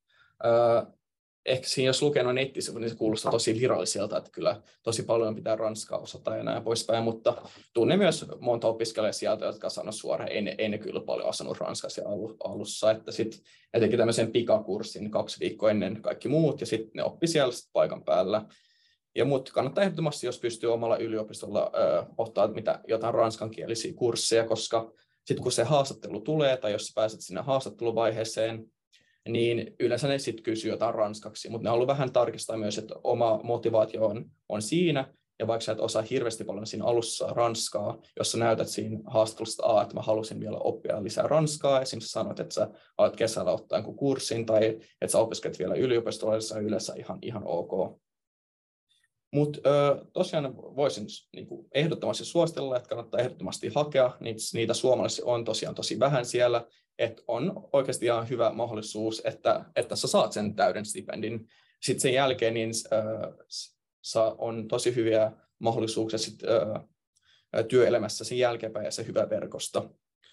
Ehkä siinä, jos lukee nuo nettisivut, niin se kuulostaa tosi viralliselta, että kyllä tosi paljon pitää ranskaa osata ja näin poispäin, mutta tunnen myös monta opiskelijaa sieltä, jotka sanoo suoraan, ei ne kyllä paljon osannut ranskaa alussa, että sitten ne teki tämmöisen pikakurssin 2 viikkoa ennen kaikki muut, ja sitten ne oppi siellä paikan päällä. Ja mutta kannattaa ehdottomasti, jos pystyy omalla yliopistolla ottaa jotain ranskankielisiä kursseja, koska sitten kun se haastattelu tulee, tai jos pääset sinne haastatteluvaiheeseen, niin yleensä ne sitten kysyy jotain ranskaksi, mutta ne haluaa vähän tarkistaa myös, että oma motivaatio on siinä, ja vaikka sä et osaa hirveästi paljon siinä alussa ranskaa, jos sä näytät siinä haastattelusta, että mä halusin vielä oppia lisää ranskaa, esimerkiksi sanoit, että sä alat kesällä ottaa jonkun kurssin, tai että sä opiskelet vielä yliopistolla, se on yleensä ihan ok. Mutta tosiaan voisin niinku ehdottomasti suositella, että kannattaa ehdottomasti hakea. Niitä suomalaisia on tosiaan tosi vähän siellä, että on oikeasti ihan hyvä mahdollisuus, että sä saat sen täyden stipendin. Sitten sen jälkeen niin, on tosi hyviä mahdollisuuksia sit, työelämässä sen jälkeenpäin ja se hyvä verkosto.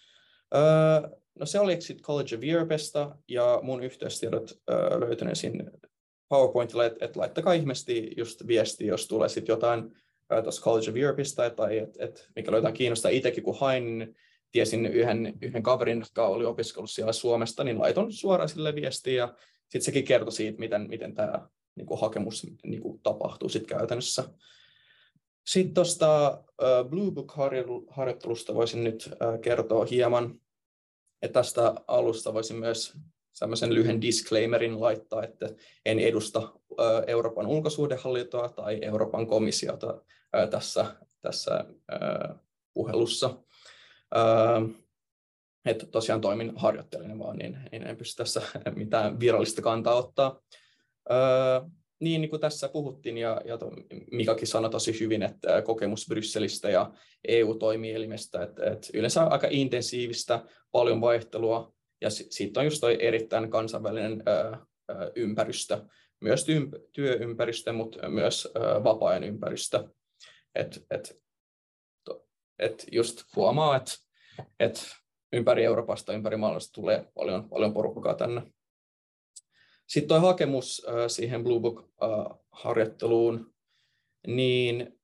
No se oli sitten College of Europeista, ja mun yhteystiedot löytyneen siinä PowerPointilla, että laittakaa ihmeesti just viestiä, jos tulee sitten jotain tuossa College of Europeista, tai että mikä jotain kiinnostaa. Itsekin kun hain, niin tiesin yhden kaverin, joka oli opiskellut siellä Suomesta, niin laitoin suoraan sille viestiä, ja sitten sekin kertoi siitä, miten tämä niinku hakemus niinku tapahtuu sitten käytännössä. Sitten tuosta Blue Book-harjoittelusta voisin nyt kertoa hieman, että tästä alusta voisin myös sellaisen lyhyen disclaimerin laittaa, että en edusta Euroopan ulkosuhdehallintoa tai Euroopan komissiota tässä puhelussa. Että tosiaan toimin harjoittelijana vaan, niin en pysty tässä mitään virallista kantaa ottaa. Niin kuin tässä puhuttiin, ja Mikakin sanoi tosi hyvin, että kokemus Brysselistä ja EU-toimielimestä, että yleensä aika intensiivistä, paljon vaihtelua, ja siitä on just toi erittäin kansainvälinen ympäristö, myös työympäristö, mutta myös vapaa-ajan ympäristö. Et just huomaa, että ympäri Euroopasta, ympäri maailmasta tulee paljon porukkaa tänne. Sitten tuo hakemus siihen Blue Book-harjoitteluun, niin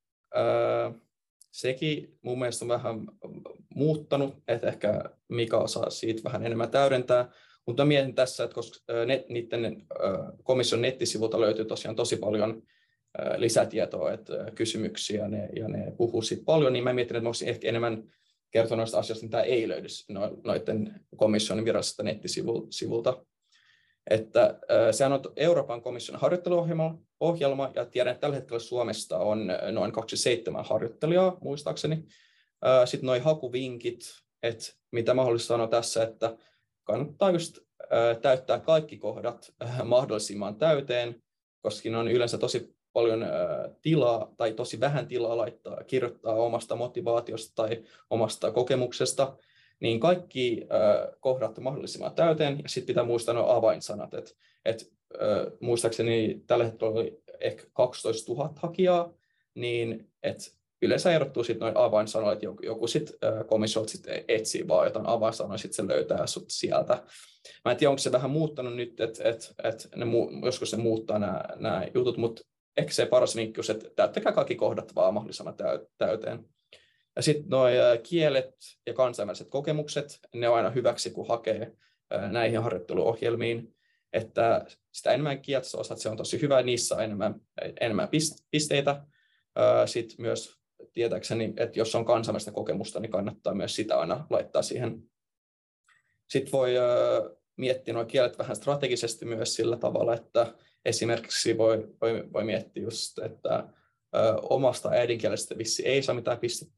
sekin mun mielestä on vähän muuttanut, että ehkä Mika osaa siitä vähän enemmän täydentää, mutta mietin tässä, että koska niiden komission nettisivulta löytyy tosiaan tosi paljon lisätietoa, että kysymyksiä ja ne puhuu siitä paljon, niin mä mietin, että mä olisin ehkä enemmän kertoa noista asioista, mitä ei löydy noiden komission virallisesta nettisivulta. Että sehän on Euroopan komission harjoitteluohjelma, ja tiedän, että tällä hetkellä Suomesta on noin 27 harjoittelijaa, muistaakseni. Sitten nuo hakuvinkit, että mitä mahdollista sanoa tässä, että kannattaa just täyttää kaikki kohdat mahdollisimman täyteen, koska on yleensä tosi paljon tilaa tai tosi vähän tilaa kirjoittaa omasta motivaatiosta tai omasta kokemuksesta, niin kaikki kohdat mahdollisimman täyteen, ja sitten pitää muistaa nuo avainsanat, että muistaakseni tällä hetkellä oli ehkä 12 000 hakijaa, niin että yleensä erottuu sitten noin avainsanoja, että joku sitten komissiolta sitten etsii vaan jotain avainsanoja, sitten se löytää sut sieltä. Mä en tiedä, onko se vähän muuttanut nyt, että joskus se muuttaa nämä jutut, mutta ehkä se paras vinkki on, että täyttäkää kaikki kohdat vaan mahdollisimman täyteen. Ja sitten nuo kielet ja kansainväliset kokemukset, ne on aina hyväksi, kun hakee näihin harjoitteluohjelmiin, että sitä enemmän kieltä sä osaat, se on tosi hyvä, niissä on enemmän pisteitä. Sitten myös tietääkseni, että jos on kansainvälistä kokemusta, niin kannattaa myös sitä aina laittaa siihen. Sitten voi miettiä nuo kielet vähän strategisesti myös sillä tavalla, että esimerkiksi voi miettiä just, että omasta äidinkielestä vissi ei saa mitään pistettä,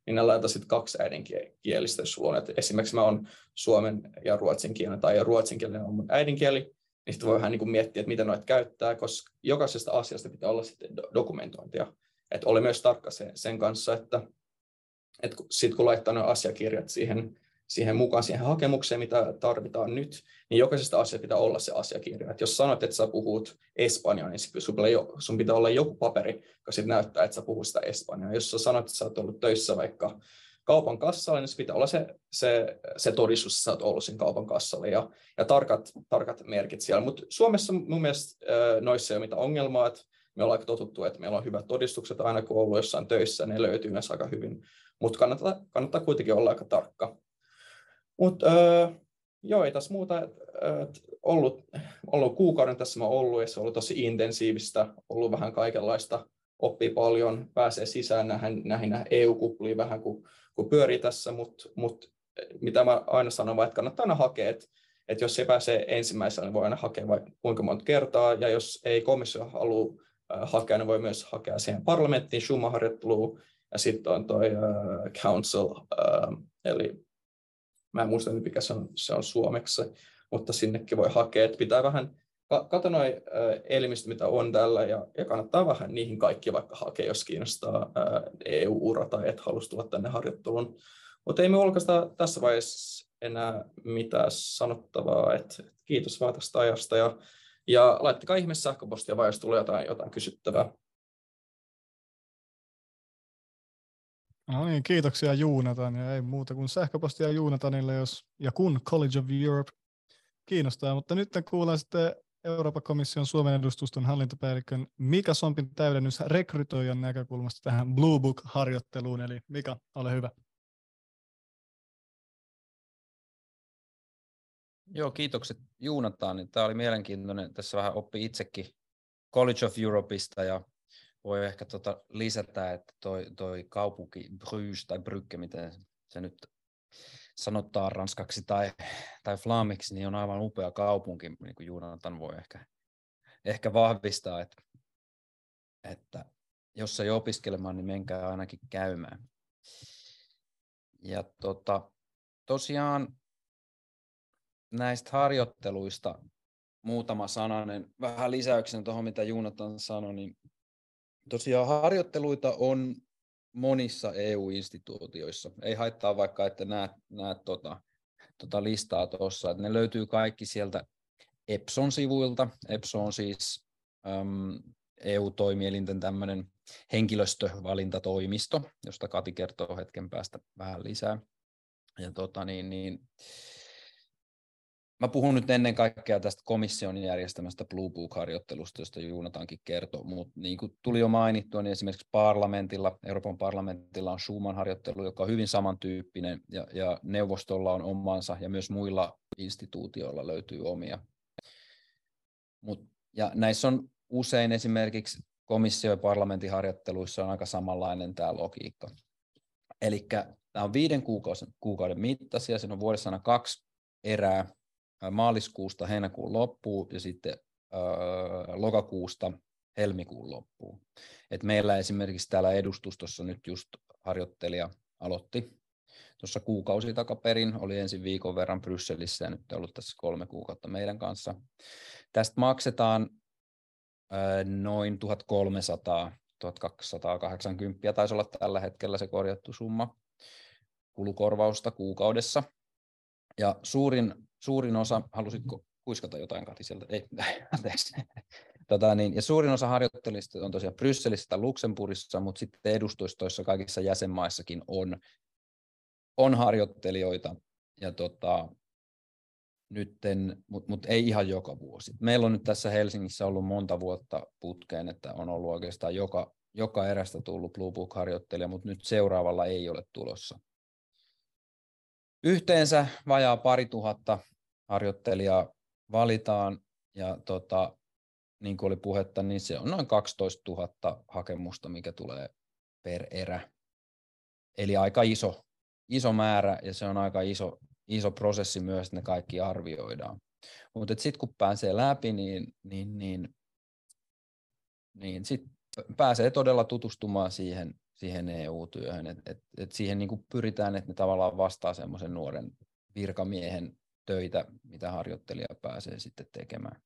niin ne laita sitten 2 äidinkielistä, jos sulla on, että esimerkiksi mä oon suomen ja ruotsin kielen, tai ruotsin kielen on mun äidinkieli, niin sitten voi vähän niin kuin miettiä, että miten noita käyttää, koska jokaisesta asiasta pitää olla sitten dokumentointia. Että oli myös tarkka sen kanssa, että sitten kun laittaa nuo asiakirjat siihen mukaan, siihen hakemukseen, mitä tarvitaan nyt, niin jokaisesta asiasta pitää olla se asiakirja. Et jos sanot, että sä puhut espanjaa, niin sun pitää olla joku paperi, joka sitten näyttää, että sä puhut sitä espanjaa. Jos sä sanot, että sä oot ollut töissä vaikka kaupan kassalla, niin se pitää olla se todistus, että sä oot ollut siinä kaupan kassalla ja tarkat merkit siellä. Mutta Suomessa mun mielestä noissa ei ole mitään ongelmaa, että me ollaan totuttu, että meillä on hyvät todistukset aina, kun on ollut jossain töissä, ne löytyy myös aika hyvin. Mutta kannattaa kuitenkin olla aika tarkka. Mutta joo, ei tässä muuta ollut kuukauden tässä mä ollut, ja se on ollut tosi intensiivistä, ollut vähän kaikenlaista, oppii paljon, pääsee sisään näihin EU-kupliin vähän, kun pyörii tässä, mutta mitä mä aina sanon, että kannattaa aina hakea, että jos ei pääse ensimmäisenä, niin voi aina hakea vaikka kuinka monta kertaa, ja jos ei komissio halua hakea, niin voi myös hakea siihen parlamenttiin, Schumann-harjoitteluun, ja sitten on toi council, eli mä en muista, mikä se on suomeksi, mutta sinnekin voi hakea, että pitää vähän katsoa noin elimistä, mitä on tällä, ja kannattaa vähän niihin kaikki vaikka hakea, jos kiinnostaa EU-ura tai et halus tulla tänne harjoitteluun. Mutta ei me oikeastaan tässä vaiheessa enää mitään sanottavaa, että kiitos vaan tästä ajasta, ja laittakaa ihmeessä sähköpostia vai jos tulee jotain kysyttävää. No niin, kiitoksia Joonatan, ja ei muuta kuin sähköpostia Joonatanille, jos ja kun College of Europe kiinnostaa, mutta nyt kuullaan sitten Euroopan komission Suomen edustuston hallintopäällikön Mika Sompin täydennys rekrytoijan näkökulmasta tähän Blue Book-harjoitteluun, eli Mika, ole hyvä. Joo, kiitokset Joonatan. Tämä oli mielenkiintoinen. Tässä vähän oppi itsekin College of Europeista ja voi ehkä lisätä, että toi kaupunki Bruges tai Brygge, miten se nyt sanotaan ranskaksi tai flaamiksi, niin on aivan upea kaupunki, niin kuin Joonatan voi ehkä vahvistaa, että jos ei opiskelemaan, niin menkää ainakin käymään. Ja tosiaan näistä harjoitteluista muutama sananen, vähän lisäyksen tuohon, mitä Joonatan sanoi, niin tosiaan harjoitteluita on monissa EU-instituutioissa. Ei haittaa vaikka, että näet listaa tuossa, että ne löytyy kaikki sieltä EPSOn sivuilta. EPSO on siis EU-toimielinten tämmöinen henkilöstövalintatoimisto, josta Kati kertoo hetken päästä vähän lisää. Ja mä puhun nyt ennen kaikkea tästä komission järjestämästä Blue Book-harjoittelusta, josta Joonatankin kertoi, mutta niin kuin tuli jo mainittua, niin esimerkiksi Euroopan parlamentilla on Schumann-harjoittelu, joka on hyvin samantyyppinen, ja neuvostolla on omansa, ja myös muilla instituutioilla löytyy omia. Ja näissä on usein esimerkiksi komissio- ja parlamentin harjoitteluissa on aika samanlainen tämä logiikka. Eli tämä on 5 kuukauden mittaisia, siinä on vuodessa aina 2 erää, maaliskuusta heinäkuun loppuun ja sitten lokakuusta helmikuun loppuun. Et meillä esimerkiksi täällä edustustossa nyt just harjoittelija aloitti tuossa kuukausi takaperin, oli ensin viikon verran Brysselissä ja nyt on ollut tässä 3 kuukautta meidän kanssa. Tästä maksetaan noin 1300, 1280 taisi olla tällä hetkellä se korjattu summa kulukorvausta kuukaudessa. Ja suurin osa, halusitko kuiskata jotain Kati sieltä? Ei, anteeksi. Ja suurin osa harjoittelijoista on tosiaan Brysselissä tai Luxemburgissa, mutta sitten edustustoissa kaikissa jäsenmaissakin on harjoittelijoita, ja mutta ei ihan joka vuosi. Meillä on nyt tässä Helsingissä ollut monta vuotta putkeen, että on ollut oikeastaan joka erästä tullut Blue Book-harjoittelija, mutta nyt seuraavalla ei ole tulossa. Yhteensä vajaa 2000 harjoittelijaa valitaan, ja niin kuin oli puhetta, niin se on noin 12 000 hakemusta, mikä tulee per erä. Eli aika iso määrä, ja se on aika iso prosessi myös, että ne kaikki arvioidaan. Mutta sitten kun pääsee läpi, niin sitten pääsee todella tutustumaan siihen EU-työhön. Et siihen niin kuin pyritään, että ne tavallaan vastaa semmoisen nuoren virkamiehen töitä, mitä harjoittelija pääsee sitten tekemään.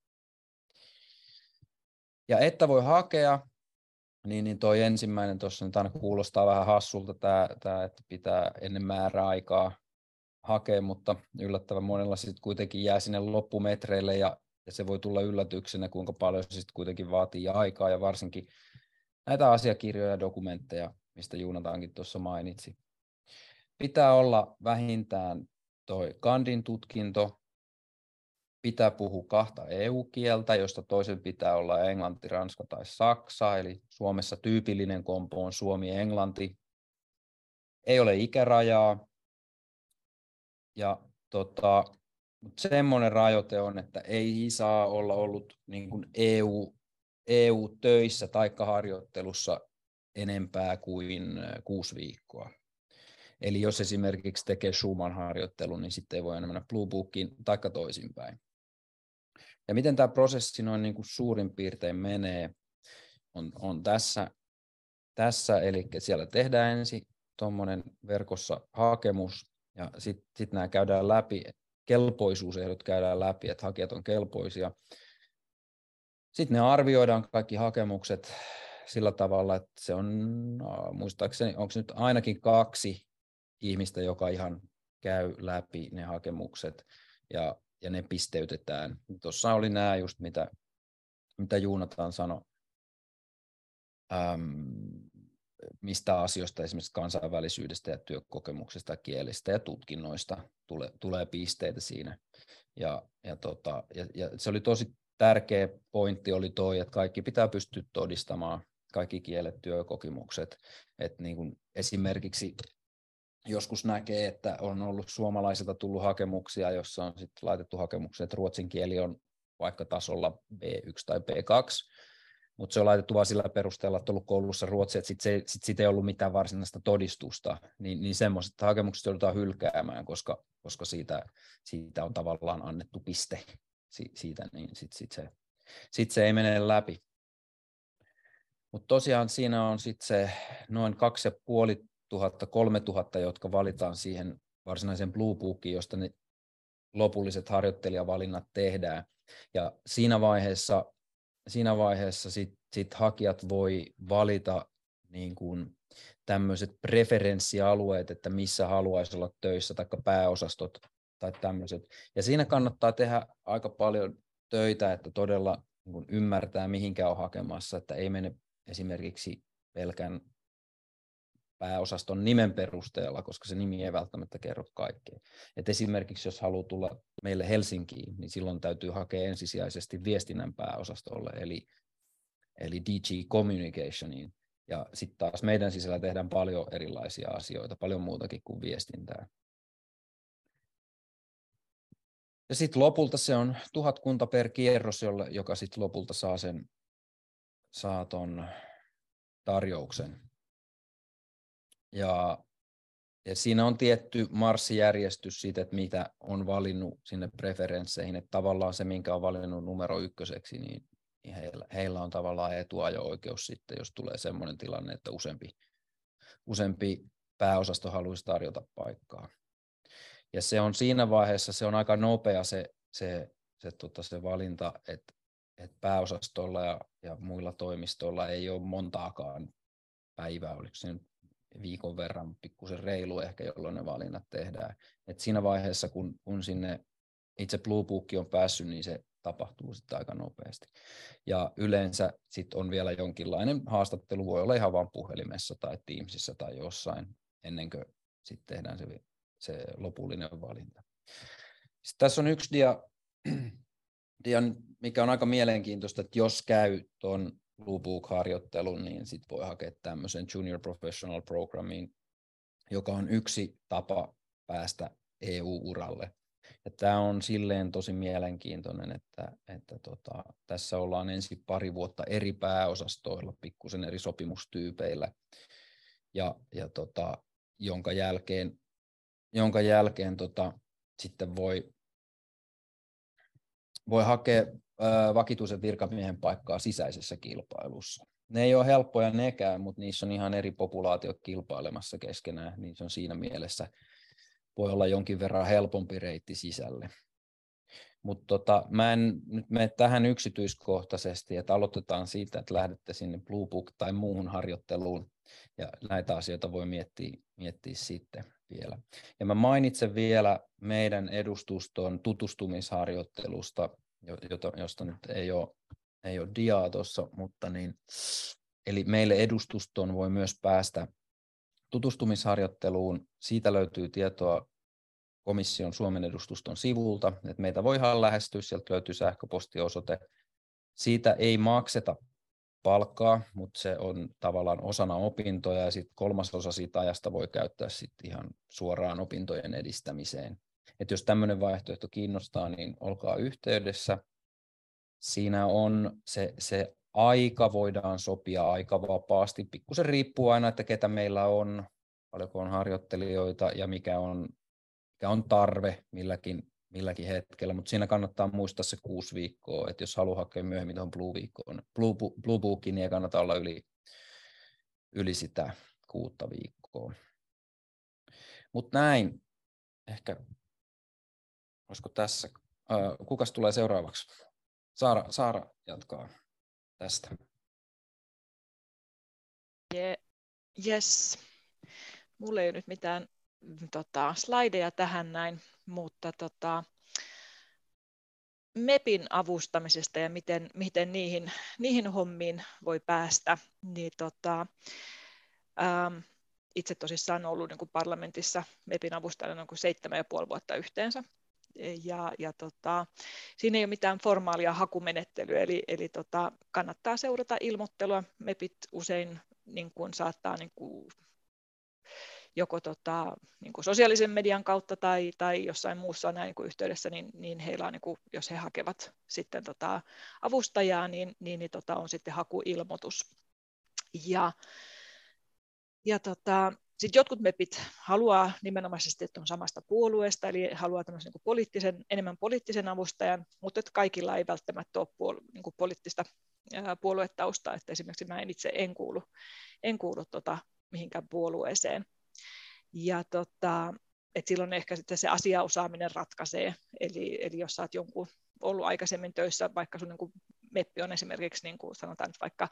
Ja että voi hakea, niin toi ensimmäinen tuossa nyt aina kuulostaa vähän hassulta, tämä, että pitää ennen määräaikaa hakea, mutta yllättävän monella sitten kuitenkin jää sinne loppumetreille ja se voi tulla yllätyksenä, kuinka paljon se sitten kuitenkin vaatii aikaa ja varsinkin näitä asiakirjoja ja dokumentteja, mistä Juunataankin tuossa mainitsi. Pitää olla vähintään toi kandin tutkinto, pitää puhua 2 EU-kieltä, josta toisen pitää olla englanti, ranska tai saksa, eli Suomessa tyypillinen kompo on suomi-englanti. Ei ole ikärajaa, ja semmoinen rajoite on, että ei saa olla ollut niin kuin EU-töissä tai harjoittelussa enempää kuin 6 viikkoa. Eli jos esimerkiksi tekee Schumann-harjoittelun, niin sitten ei voi aina mennä Blue Bookiin tai toisinpäin. Ja miten tämä prosessi noin niin kuin suurin piirtein menee, on tässä, eli siellä tehdään ensin tuommoinen verkossa hakemus, ja sitten nämä käydään läpi, kelpoisuusehdot käydään läpi, että hakijat on kelpoisia. Sitten ne arvioidaan kaikki hakemukset sillä tavalla, että se on, muistaakseni, onko nyt ainakin 2 ihmistä, joka ihan käy läpi ne hakemukset, ja ne pisteytetään. Tuossa oli nämä just, mitä Juunatan sanoi, mistä asioista, esimerkiksi kansainvälisyydestä ja työkokemuksesta, kielistä ja tutkinnoista tulee pisteitä siinä. Ja se oli tosi tärkeä pointti oli toi, että kaikki pitää pystyä todistamaan, kaikki kielet, työkokemukset. Että niin kuin esimerkiksi joskus näkee, että on ollut suomalaisilta tullut hakemuksia, jossa on sitten laitettu hakemuksia, että ruotsin kieli on vaikka tasolla B1 tai B2, mutta se on laitettu vain sillä perusteella, että on ollut koulussa ruotsia, että sitten siitä ei ollut mitään varsinaista todistusta, niin semmoiset hakemukset joudutaan hylkäämään, koska siitä on tavallaan annettu piste siitä, niin sit se ei mene läpi. Mutta tosiaan siinä on sitten se noin 2500–3000, jotka valitaan siihen varsinaiseen Blue Bookiin, josta ne lopulliset harjoittelijavalinnat tehdään. Ja siinä vaiheessa sit hakijat voi valita niin kuin tämmöiset preferenssialueet, että missä haluaisi olla töissä, tai pääosastot tai tämmöiset. Ja siinä kannattaa tehdä aika paljon töitä, että todella niin kuin ymmärtää, mihinkä on hakemassa, että ei mene esimerkiksi pelkän pääosaston nimen perusteella, koska se nimi ei välttämättä kerro kaikkea. Et esimerkiksi jos haluaa tulla meille Helsinkiin, niin silloin täytyy hakea ensisijaisesti viestinnän pääosastolle, eli DG Communicationiin. Ja sitten taas meidän sisällä tehdään paljon erilaisia asioita, paljon muutakin kuin viestintää. Ja sitten lopulta se on 1000 kunta per kierros, joka sitten lopulta saa ton tarjouksen. Ja siinä on tietty marssijärjestys siitä, että mitä on valinnut sinne preferensseihin, että tavallaan se, minkä on valinnut numero 1, niin heillä on tavallaan etuajo-oikeus sitten, jos tulee semmoinen tilanne, että useampi pääosasto haluaisi tarjota paikkaa. Ja se on siinä vaiheessa, se on aika nopea se valinta, että pääosastolla ja muilla toimistoilla ei ole montaakaan päivää, oliko se viikon verran, pikkusen reilu ehkä, jolloin ne valinnat tehdään. Et siinä vaiheessa, kun sinne itse Blue Book on päässyt, niin se tapahtuu sitten aika nopeasti. Ja yleensä sitten on vielä jonkinlainen haastattelu, voi olla ihan vain puhelimessa tai Teamsissa tai jossain, ennen kuin sitten tehdään se lopullinen valinta. Sitten tässä on yksi dia, mikä on aika mielenkiintoista, että jos käy tuon Blue Book-harjoittelun, niin sitten voi hakea tämmöisen Junior Professional Programiin, joka on yksi tapa päästä EU-uralle. Ja tämä on silleen tosi mielenkiintoinen, että tässä ollaan ensin pari vuotta eri pääosastoilla, pikkusen eri sopimustyypeillä, jonka jälkeen sitten voi hakea vakituisen virkamiehen paikkaa sisäisessä kilpailussa. Ne ei ole helppoja nekään, mutta niissä on ihan eri populaatiot kilpailemassa keskenään, niin se on siinä mielessä voi olla jonkin verran helpompi reitti sisälle. Mutta mä en nyt mene tähän yksityiskohtaisesti, että aloitetaan siitä, että lähdette sinne Blue Book tai muuhun harjoitteluun, ja näitä asioita voi miettiä sitten vielä. Ja mä mainitsen vielä meidän edustuston tutustumisharjoittelusta, josta nyt ei ole diaa tuossa, mutta eli meille edustustoon voi myös päästä tutustumisharjoitteluun. Siitä löytyy tietoa komission Suomen edustuston sivulta, että meitä voidaan lähestyä, sieltä löytyy sähköpostiosoite. Siitä ei makseta palkkaa, mutta se on tavallaan osana opintoja, ja sitten 1/3 siitä ajasta voi käyttää sitten ihan suoraan opintojen edistämiseen. Et jos tämmöinen vaihtoehto kiinnostaa, niin olkaa yhteydessä. Siinä on se aika, voidaan sopia aika vapaasti. Pikkusen riippuu aina, että ketä meillä on, paljonko on harjoittelijoita ja mikä on tarve milläkin hetkellä, mutta siinä kannattaa muistaa se 6 viikkoa, että jos haluaa hakea myöhemmin tuohon Blue Bookiin, niin ei kannata olla yli sitä 6 viikkoa. Mutta näin, ehkä, olisiko tässä, kukas tulee seuraavaksi? Saara jatkaa tästä. Yes. Mulla ei ole nyt mitään slideja tähän näin, mutta MEPin avustamisesta ja miten niihin hommiin voi päästä, niin itse tosissaan ollut niin kuin parlamentissa MEPin avustajana noin 7,5 vuotta yhteensä. Ja siinä ei ole mitään formaalia hakumenettelyä, eli kannattaa seurata ilmoittelua. MEPit usein niin kuin saattaa niin kuin joko niin kuin sosiaalisen median kautta tai jossain muussa näin, niin kuin yhteydessä, niin heillä on, niin kuin, jos he hakevat sitten avustajaa, niin on sitten hakuilmoitus. Ja sitten jotkut MEPit haluaa nimenomaisesti, että on samasta puolueesta, eli haluaa tämmöisen niin enemmän poliittisen avustajan, mutta että kaikilla ei välttämättä ole niin kuin poliittista puoluetaustaa, että esimerkiksi mä en kuulu mihinkään puolueeseen. Ja että silloin ehkä sitten se asiaosaaminen ratkaisee, eli jos sä oot jonkun ollut aikaisemmin töissä, vaikka sun niin MEPpi on esimerkiksi, niin kuin sanotaan nyt vaikka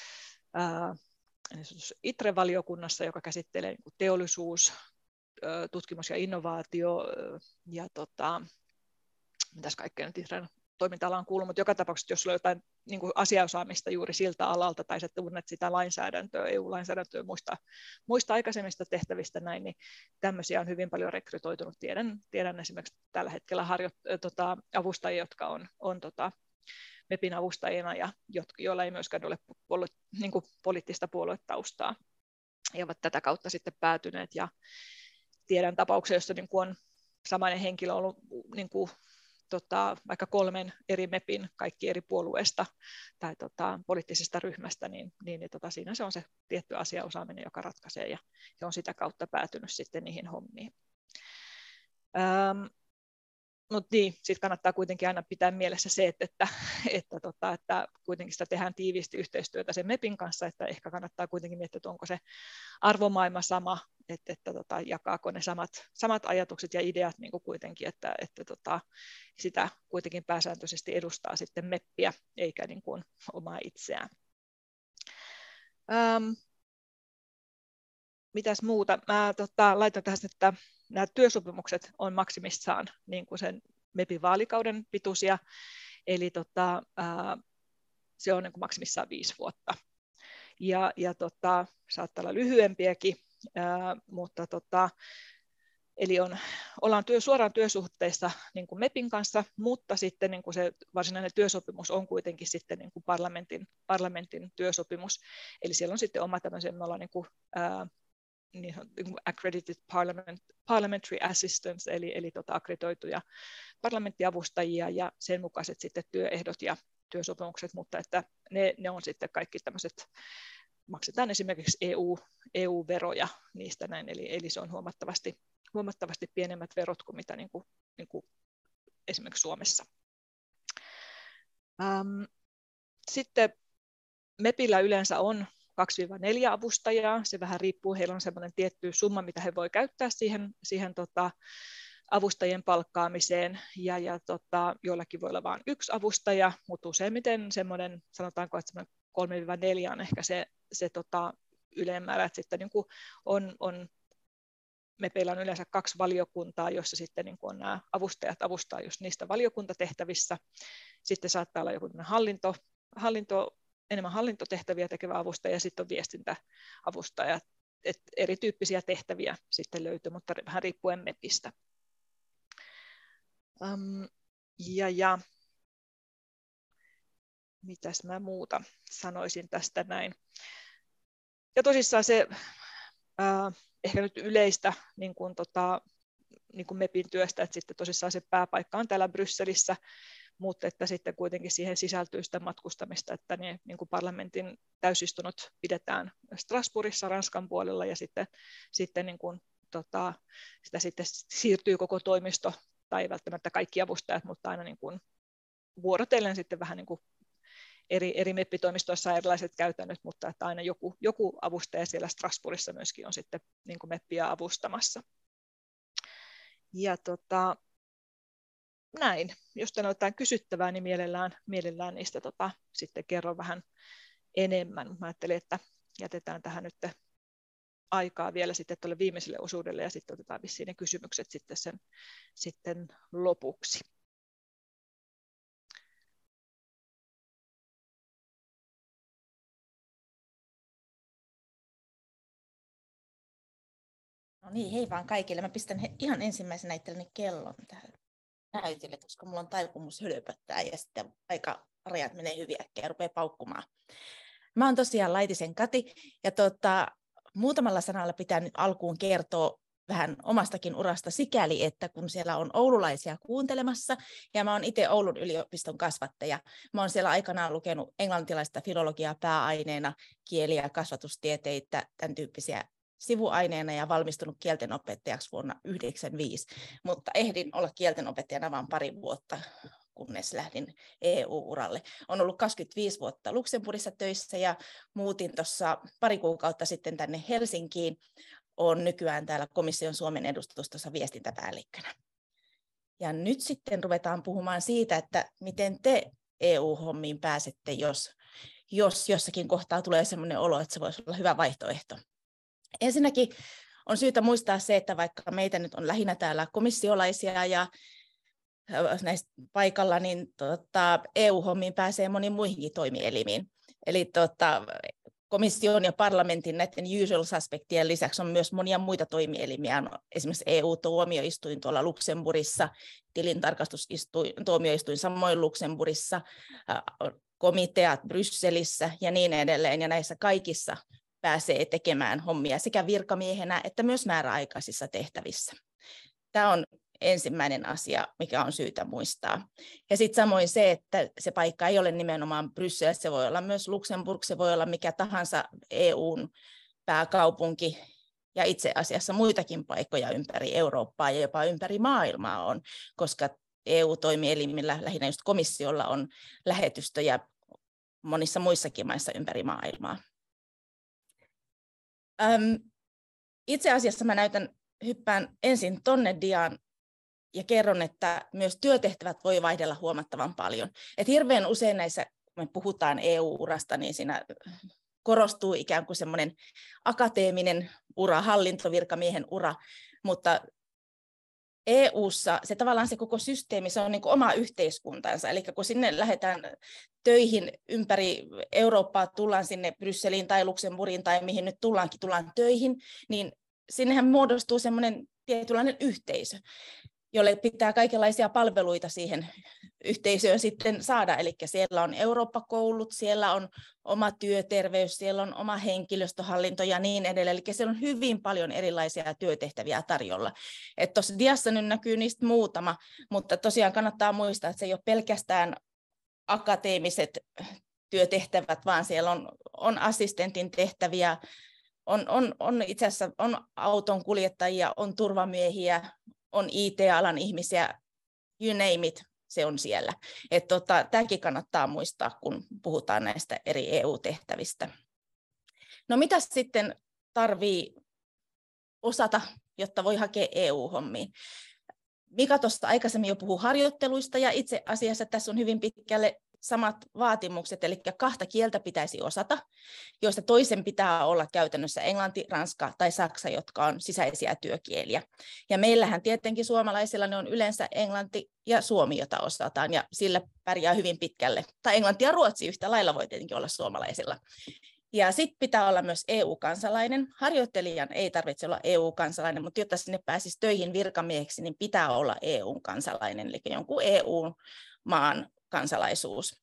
ITRE-valiokunnassa, joka käsittelee niin kuin teollisuus, tutkimus ja innovaatio ja mitäs kaikkea nyt ITREn toiminta-alaan kuuluu, mutta joka tapauksessa, jos sulla on jotain niin kuin asiaosaamista juuri siltä alalta, tai sä tunnet sitä lainsäädäntöä, EU-lainsäädäntöä muista aikaisemmista tehtävistä näin, niin tämmöisiä on hyvin paljon rekrytoitunut. Tiedän esimerkiksi tällä hetkellä avustajia, jotka on MEPin avustajina, ja joilla ei myöskään ole niin kuin poliittista puoluetaustaa, ja ovat tätä kautta sitten päätyneet, ja tiedän tapauksia, joissa niin kuin on samainen henkilö ollut niin kuin vaikka 3 eri MEPin, kaikki eri puolueesta tai poliittisesta ryhmästä, niin siinä se on se tietty asiaosaaminen, joka ratkaisee, ja on sitä kautta päätynyt sitten niihin hommiin. Mutta niin, sitten kannattaa kuitenkin aina pitää mielessä se, että kuitenkin sitä tehdään tiiviisti yhteistyötä sen MEPin kanssa, että ehkä kannattaa kuitenkin miettiä, että onko se arvomaailma sama, että jakaako ne samat ajatukset ja ideat niin kuin kuitenkin, että sitä kuitenkin pääsääntöisesti edustaa sitten MEPpiä, eikä niin kuin omaa itseään. Mitäs muuta? Mä laitan tähän, että nämä työsopimukset on maksimissaan niin kuin sen MEPin vaalikauden pituisia, eli se on niin kuin maksimissaan 5 vuotta. Ja saattaa olla lyhyempiäkin, mutta eli ollaan suoraan työsuhteissa niin kuin MEPin kanssa, mutta sitten niin kuin se varsinainen työsopimus on kuitenkin sitten niin kuin parlamentin työsopimus, eli siellä on sitten oma tämmöisen, me ollaan niin kuin accredited parliamentary assistants, eli akkreditoituja parlamenttiavustajia ja sen mukaiset sitten työehdot ja työsopimukset, mutta että ne on sitten kaikki tämmöiset, maksetaan esimerkiksi EU-veroja niistä näin, eli se on huomattavasti pienemmät verot kuin mitä niin kuin esimerkiksi Suomessa. Sitten MEPillä yleensä on 2-4 avustajaa, se vähän riippuu, heillä on semmoinen tietty summa, mitä he voi käyttää siihen avustajien palkkaamiseen, ja joillakin voi olla vain 1 avustaja, mutta useimmiten semmoinen, sanotaanko, että 3-4 on ehkä se ylemäärä, että sitten niin kuin MEPillä on yleensä 2 valiokuntaa, jossa sitten niin kuin on nämä avustajat avustaa just niistä valiokuntatehtävissä. Sitten saattaa olla joku enemmän hallintotehtäviä tekevä avustaja, ja sitten on viestintäavustaja. Et erityyppisiä tehtäviä sitten löytyy, mutta vähän riippuen MEPistä. Ja mitäs mä muuta sanoisin tästä näin. Ja tosissaan se ehkä nyt yleistä niin kuin MEPin työstä, että sitten tosissaan se pääpaikka on täällä Brysselissä, mutta että sitten kuitenkin siihen sisältyy sitä matkustamista, että ne niin kuin parlamentin täysistunnot pidetään Strasbourgissa Ranskan puolella, ja sitten niin kuin, sitä sitten siirtyy koko toimisto, tai ei välttämättä kaikki avustajat, mutta aina niin kuin vuorotellen sitten vähän niin kuin eri MEP-toimistoissa on erilaiset käytännöt, mutta että aina joku avustaja siellä Strasbourgissa myöskin on sitten niin kuin MEPiä avustamassa. Ja näin. Jos teillä on jotain kysyttävää, niin mielellään niistä sitten kerron vähän enemmän. Mä ajattelin, että jätetään tähän nyt aikaa vielä sitten tuolle viimeiselle osuudelle, ja sitten otetaan vissiin ne kysymykset sitten lopuksi. No niin, hei vaan kaikille. Mä pistän ihan ensimmäisenä itselleni kellon tähän näytille, koska mulla on taipumus hölpöttää ja sitten aika rajat menee hyvin äkkiä ja rupeaa paukkumaan. Mä oon tosiaan Laitisen Kati, ja muutamalla sanalla pitää nyt alkuun kertoa vähän omastakin urasta sikäli, että kun siellä on oululaisia kuuntelemassa, ja mä oon itse Oulun yliopiston kasvattaja. Mä oon siellä aikanaan lukenut englantilaista filologiaa pääaineena, kieli- ja kasvatustieteitä, tämän tyyppisiä sivuaineena, ja valmistunut kieltenopettajaksi vuonna 1995, mutta ehdin olla kieltenopettajana vain 2 vuotta, kunnes lähdin EU-uralle. Olen ollut 25 vuotta Luxemburgissa töissä ja muutin tuossa 2 kuukautta sitten tänne Helsinkiin. Olen nykyään täällä komission Suomen edustustossa viestintäpäällikkönä. Ja nyt sitten ruvetaan puhumaan siitä, että miten te EU-hommiin pääsette, jos jossakin kohtaa tulee sellainen olo, että se voisi olla hyvä vaihtoehto. Ensinnäkin on syytä muistaa se, että vaikka meitä nyt on lähinnä täällä komissiolaisia ja näistä paikalla, niin EU-hommiin pääsee moniin muihinkin toimielimiin. Eli komission ja parlamentin näiden usual suspectien lisäksi on myös monia muita toimielimiä. On esimerkiksi EU-tuomioistuin tuolla Luxemburgissa, tilintarkastustuomioistuin samoin Luxemburgissa, komiteat Brysselissä ja niin edelleen. Ja näissä kaikissa pääsee tekemään hommia sekä virkamiehenä että myös määräaikaisissa tehtävissä. Tämä on ensimmäinen asia, mikä on syytä muistaa. Ja sitten samoin se, että se paikka ei ole nimenomaan Bryssel, se voi olla myös Luxemburg, se voi olla mikä tahansa EUn pääkaupunki, ja itse asiassa muitakin paikkoja ympäri Eurooppaa ja jopa ympäri maailmaa on, koska EU-toimielimillä, lähinnä just komissiolla, on lähetystöjä monissa muissakin maissa ympäri maailmaa. Itse asiassa mä hyppään ensin tonne diaan ja kerron, että myös työtehtävät voi vaihdella huomattavan paljon. Et hirveän usein näissä, kun me puhutaan EU-urasta, niin siinä korostuu ikään kuin semmoinen akateeminen ura, hallintovirkamiehen ura, mutta EU:ssa se tavallaan se koko systeemi, se on niin kuin oma yhteiskuntansa, eli kun sinne lähdetään töihin ympäri Eurooppaa, tullaan sinne Brysseliin tai Luxemburgiin tai mihin nyt tullaan töihin, niin sinnehän muodostuu semmoinen tietynlainen yhteisö, jolle pitää kaikenlaisia palveluita siihen yhteisöön sitten saada. Eli siellä on Eurooppa-koulut, siellä on oma työterveys, siellä on oma henkilöstöhallinto ja niin edelleen. Eli siellä on hyvin paljon erilaisia työtehtäviä tarjolla. Tuossa diassa nyt näkyy niistä muutama, mutta tosiaan kannattaa muistaa, että se ei ole pelkästään akateemiset työtehtävät, vaan siellä on assistentin tehtäviä, on itse asiassa on auton kuljettajia, on turvamiehiä, on IT-alan ihmisiä, you name it. se on siellä. Tämäkin kannattaa muistaa, kun puhutaan näistä eri EU-tehtävistä. No mitä sitten tarvii osata, jotta voi hakea EU-hommiin? Mika tuosta aikaisemmin jo puhui harjoitteluista, ja itse asiassa tässä on hyvin pitkälle samat vaatimukset, eli 2 kieltä pitäisi osata, joista toisen pitää olla käytännössä englanti, ranska tai saksa, jotka on sisäisiä työkieliä. Ja meillähän tietenkin suomalaisilla ne on yleensä englanti ja suomi, jota osataan, ja sillä pärjää hyvin pitkälle. Tai englanti ja ruotsi yhtä lailla voi tietenkin olla suomalaisilla. Ja sitten pitää olla myös EU-kansalainen. Harjoittelijan ei tarvitse olla EU-kansalainen, mutta jotta sinne pääsisi töihin virkamieheksi, niin pitää olla EU-kansalainen, eli jonkun EU-maan kansalaisuus.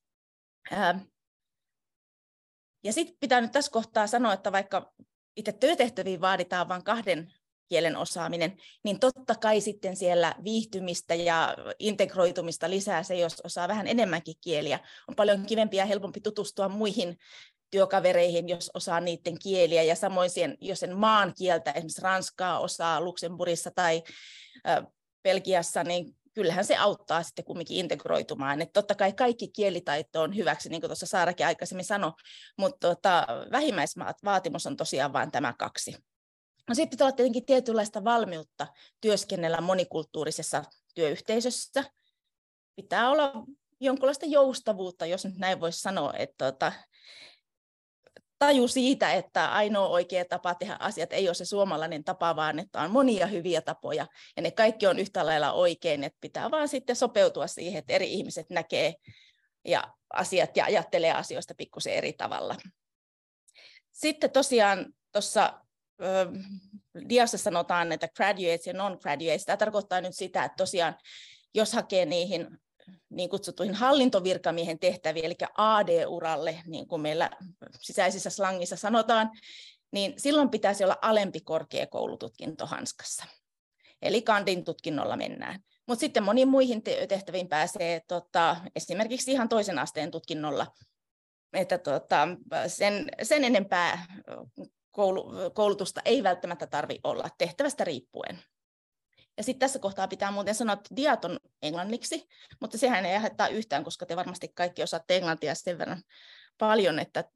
Ja sitten pitää nyt tässä kohtaa sanoa, että vaikka itse työtehtäviin vaaditaan vain 2 kielen osaaminen, niin totta kai sitten siellä viihtymistä ja integroitumista lisää se, jos osaa vähän enemmänkin kieliä. On paljon kivempi ja helpompi tutustua muihin työkavereihin, jos osaa niiden kieliä, ja samoin jos sen maan kieltä, esimerkiksi ranskaa osaa Luxemburgissa tai Belgiassa, niin kyllähän se auttaa sitten kumminkin integroitumaan. Että totta kai kaikki kielitaito on hyväksi, niin kuin tuossa Saarakin aikaisemmin sanoi, mutta vähimmäisvaatimus on tosiaan vain tämä 2. No sitten pitää olla tietenkin tietynlaista valmiutta työskennellä monikulttuurisessa työyhteisössä. Pitää olla jonkinlaista joustavuutta, jos nyt näin voisi sanoa, että taju siitä, että ainoa oikea tapa tehdä asiat ei ole se suomalainen tapa, vaan että on monia hyviä tapoja, ja ne kaikki on yhtä lailla oikein, että pitää vaan sitten sopeutua siihen, että eri ihmiset näkee asiat ja ajattelee asioista pikkusen eri tavalla. Sitten tosiaan tuossa diassa sanotaan, että graduates ja non-graduates. Tämä tarkoittaa nyt sitä, että tosiaan jos hakee niihin niin kutsuttuihin hallintovirkamiehen tehtäviin, eli AD-uralle, niin kuin meillä sisäisissä slangissa sanotaan, niin silloin pitäisi olla alempi korkeakoulututkinto hanskassa. Eli kandin tutkinnolla mennään. Mutta sitten moniin muihin tehtäviin pääsee esimerkiksi ihan toisen asteen tutkinnolla, että sen enempää koulutusta ei välttämättä tarvitse olla tehtävästä riippuen. Ja sitten tässä kohtaa pitää muuten sanoa, että diat on englanniksi, mutta sehän ei haittaa yhtään, koska te varmasti kaikki osaatte englantia sen verran paljon, että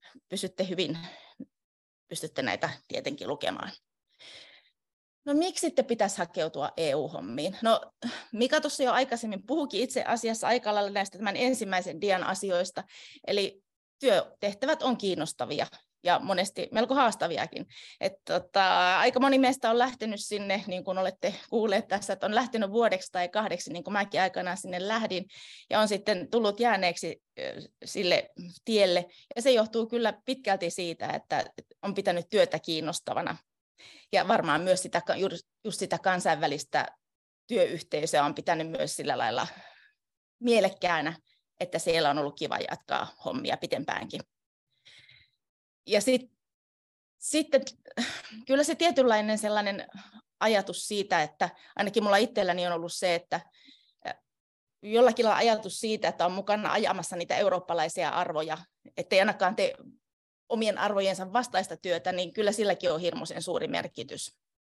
pystytte näitä tietenkin lukemaan. No miksi sitten pitäisi hakeutua EU-hommiin? No Mika tuossa jo aikaisemmin puhuikin itse asiassa aika lailla näistä tämän ensimmäisen dian asioista, eli työtehtävät on kiinnostavia ja monesti melko haastaviakin. Aika moni meistä on lähtenyt sinne, niin kuin olette kuulleet tässä, että on lähtenyt vuodeksi tai 2, niin kuin mäkin aikanaan sinne lähdin, ja on sitten tullut jääneeksi sille tielle. Ja se johtuu kyllä pitkälti siitä, että on pitänyt työtä kiinnostavana. Ja varmaan myös just sitä kansainvälistä työyhteisöä on pitänyt myös sillä lailla mielekkäänä, että siellä on ollut kiva jatkaa hommia pitempäänkin. Ja sitten kyllä se tietynlainen sellainen ajatus siitä, että ainakin mulla itselläni on ollut se, että jollakin lailla ajatus siitä, että on mukana ajamassa niitä eurooppalaisia arvoja, ettei ainakaan tee omien arvojensa vastaista työtä, niin kyllä silläkin on hirmuisen suuri merkitys.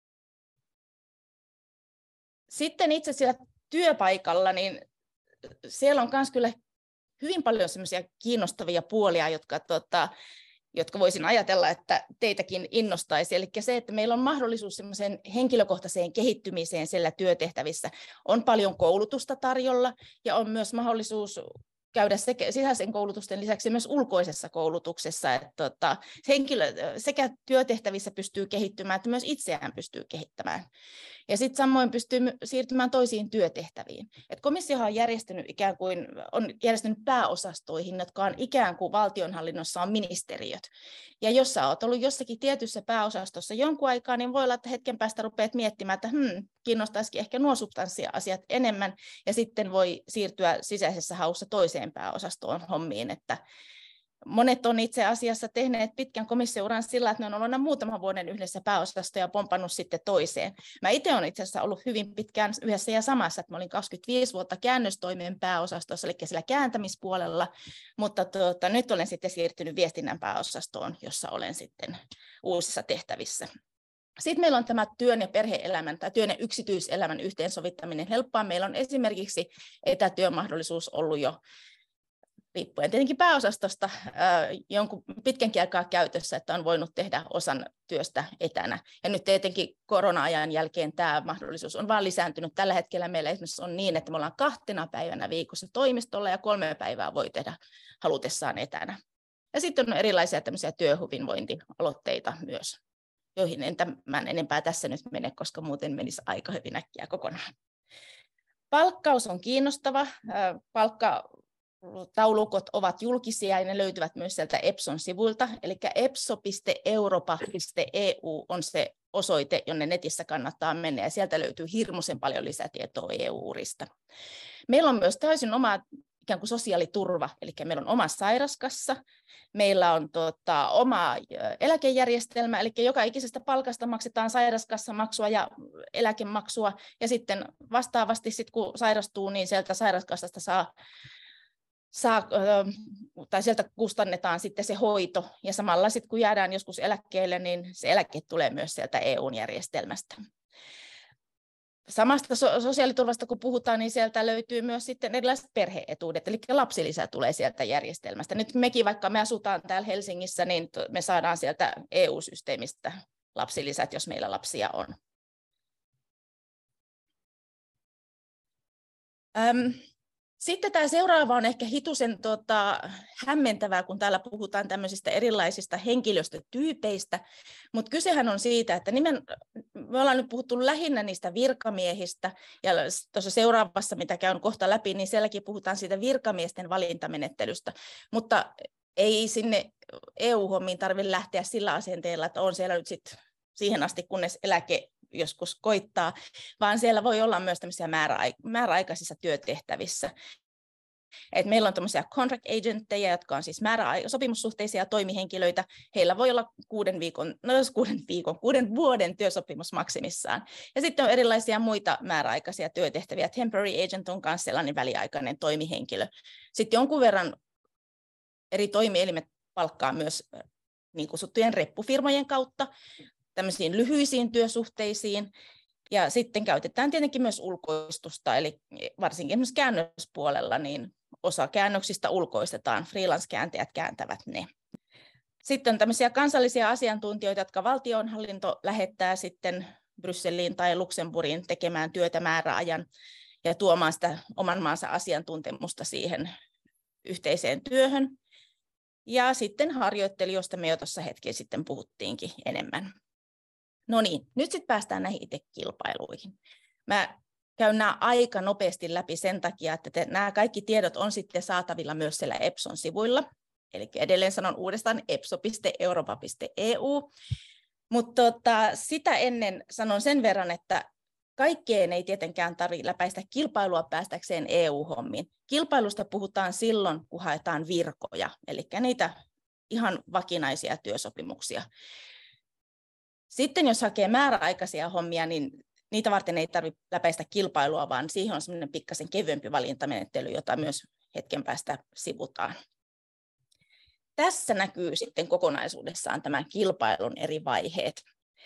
Sitten itse siellä työpaikalla, niin siellä on myös kyllä hyvin paljon semmoisia kiinnostavia puolia, jotka voisin ajatella, että teitäkin innostaisi. Eli se, että meillä on mahdollisuus semmoiseen henkilökohtaiseen kehittymiseen siellä työtehtävissä. On paljon koulutusta tarjolla ja on myös mahdollisuus käydä sisäisen koulutusten lisäksi myös ulkoisessa koulutuksessa, että henkilö sekä työtehtävissä pystyy kehittymään, että myös itseään pystyy kehittämään. Ja sitten samoin pystyy siirtymään toisiin työtehtäviin. Et komissiohan on järjestänyt pääosastoihin, jotka on ikään kuin valtionhallinnossa on ministeriöt. Ja jos sä oot ollut jossakin tietyssä pääosastossa jonkun aikaa, niin voi olla, että hetken päästä rupeat miettimään, että kiinnostaisikin ehkä nuo substanssiasiat enemmän, ja sitten voi siirtyä sisäisessä haussa toiseen pääosastoon hommiin, että monet on itse asiassa tehneet pitkän komissiouran sillä, että ne on ollut aina muutaman vuoden yhdessä pääosasta ja pompannut sitten toiseen. Mä itse olen itse asiassa ollut hyvin pitkään yhdessä ja samassa, että mä olin 25 vuotta käännöstoimen pääosastossa, eli siellä kääntämispuolella, mutta nyt olen sitten siirtynyt viestinnän pääosastoon, jossa olen sitten uusissa tehtävissä. Sitten meillä on tämä työn ja perhe-elämän tai työn ja yksityiselämän yhteensovittaminen helppoa. Meillä on esimerkiksi etätyömahdollisuus ollut jo riippuen tietenkin pääosastosta jonkun pitkänkin aikaa käytössä, että on voinut tehdä osan työstä etänä. Ja nyt tietenkin korona-ajan jälkeen tämä mahdollisuus on vaan lisääntynyt. Tällä hetkellä meillä esimerkiksi on niin, että me ollaan 2 päivänä viikossa toimistolla ja 3 päivää voi tehdä halutessaan etänä. Ja sitten on erilaisia tämmöisiä työhyvinvointialoitteita myös, joihin en tämän enempää tässä nyt mene, koska muuten menisi aika hyvin äkkiä kokonaan. Palkkaus on kiinnostava. Palkkataulukot ovat julkisia ja ne löytyvät myös sieltä EPSOn sivuilta. Eli epso.europa.eu on se osoite, jonne netissä kannattaa mennä ja sieltä löytyy hirmuisen paljon lisätietoa EU-urista. Meillä on myös täysin oma ikään kuin sosiaaliturva, eli meillä on oma sairaskassa, meillä on oma eläkejärjestelmä, eli joka ikisestä palkasta maksetaan sairaskassamaksua ja eläkemaksua, ja sitten vastaavasti sit, kun sairastuu, niin sieltä sairaskassasta tai sieltä kustannetaan sitten se hoito, ja samalla sitten kun jäädään joskus eläkkeelle, niin se eläke tulee myös sieltä EU-järjestelmästä. Samasta sosiaaliturvasta kun puhutaan, niin sieltä löytyy myös sitten erilaiset perhe-etuudet, eli lapsilisä tulee sieltä järjestelmästä. Nyt mekin, vaikka me asutaan täällä Helsingissä, niin me saadaan sieltä EU-systeemistä lapsilisät, jos meillä lapsia on. Sitten tämä seuraava on ehkä hitusen hämmentävää, kun täällä puhutaan tämmöisistä erilaisista henkilöstötyypeistä, mutta kysehän on siitä, että me ollaan nyt puhuttu lähinnä niistä virkamiehistä, ja tuossa seuraavassa, mitä käyn kohta läpi, niin sielläkin puhutaan siitä virkamiesten valintamenettelystä, mutta ei sinne EU-hommiin tarvitse lähteä sillä asenteella, että on siellä nyt sitten siihen asti, kunnes eläke joskus koittaa, vaan siellä voi olla myös tämmöisiä määräaikaisissa työtehtävissä. Et meillä on tämmöisiä contract agentteja, jotka on siis sopimussuhteisia toimihenkilöitä. Heillä voi olla 6 vuoden työsopimus maksimissaan. Ja sitten on erilaisia muita määräaikaisia työtehtäviä. Temporary agent on myös sellainen väliaikainen toimihenkilö. Sitten jonkun verran eri toimielimet palkkaa myös niin kutsuttujen reppufirmojen kautta tämmöisiin lyhyisiin työsuhteisiin, ja sitten käytetään tietenkin myös ulkoistusta, eli varsinkin esimerkiksi käännöspuolella, niin osa käännöksistä ulkoistetaan, freelance-kääntäjät kääntävät ne. Sitten on tämmöisiä kansallisia asiantuntijoita, jotka valtionhallinto lähettää sitten Brysseliin tai Luxemburgiin tekemään työtä määräajan ja tuomaan sitä oman maansa asiantuntemusta siihen yhteiseen työhön. Ja sitten harjoittelijoista me jo tuossa hetken sitten puhuttiinkin enemmän. No niin, nyt sitten päästään näihin itse kilpailuihin. Mä käyn nämä aika nopeasti läpi sen takia, että nämä kaikki tiedot on sitten saatavilla myös siellä EPSOn sivuilla. Eli edelleen sanon uudestaan epso.europa.eu. Mutta sitä ennen sanon sen verran, että kaikkeen ei tietenkään tarvitse läpäistä kilpailua päästäkseen EU-hommiin. Kilpailusta puhutaan silloin, kun haetaan virkoja, eli niitä ihan vakinaisia työsopimuksia. Sitten jos hakee määräaikaisia hommia, niin niitä varten ei tarvitse läpäistä kilpailua, vaan siihen on semmoinen pikkasen kevyempi valintamenettely, jota myös hetken päästä sivutaan. Tässä näkyy sitten kokonaisuudessaan tämän kilpailun eri vaiheet.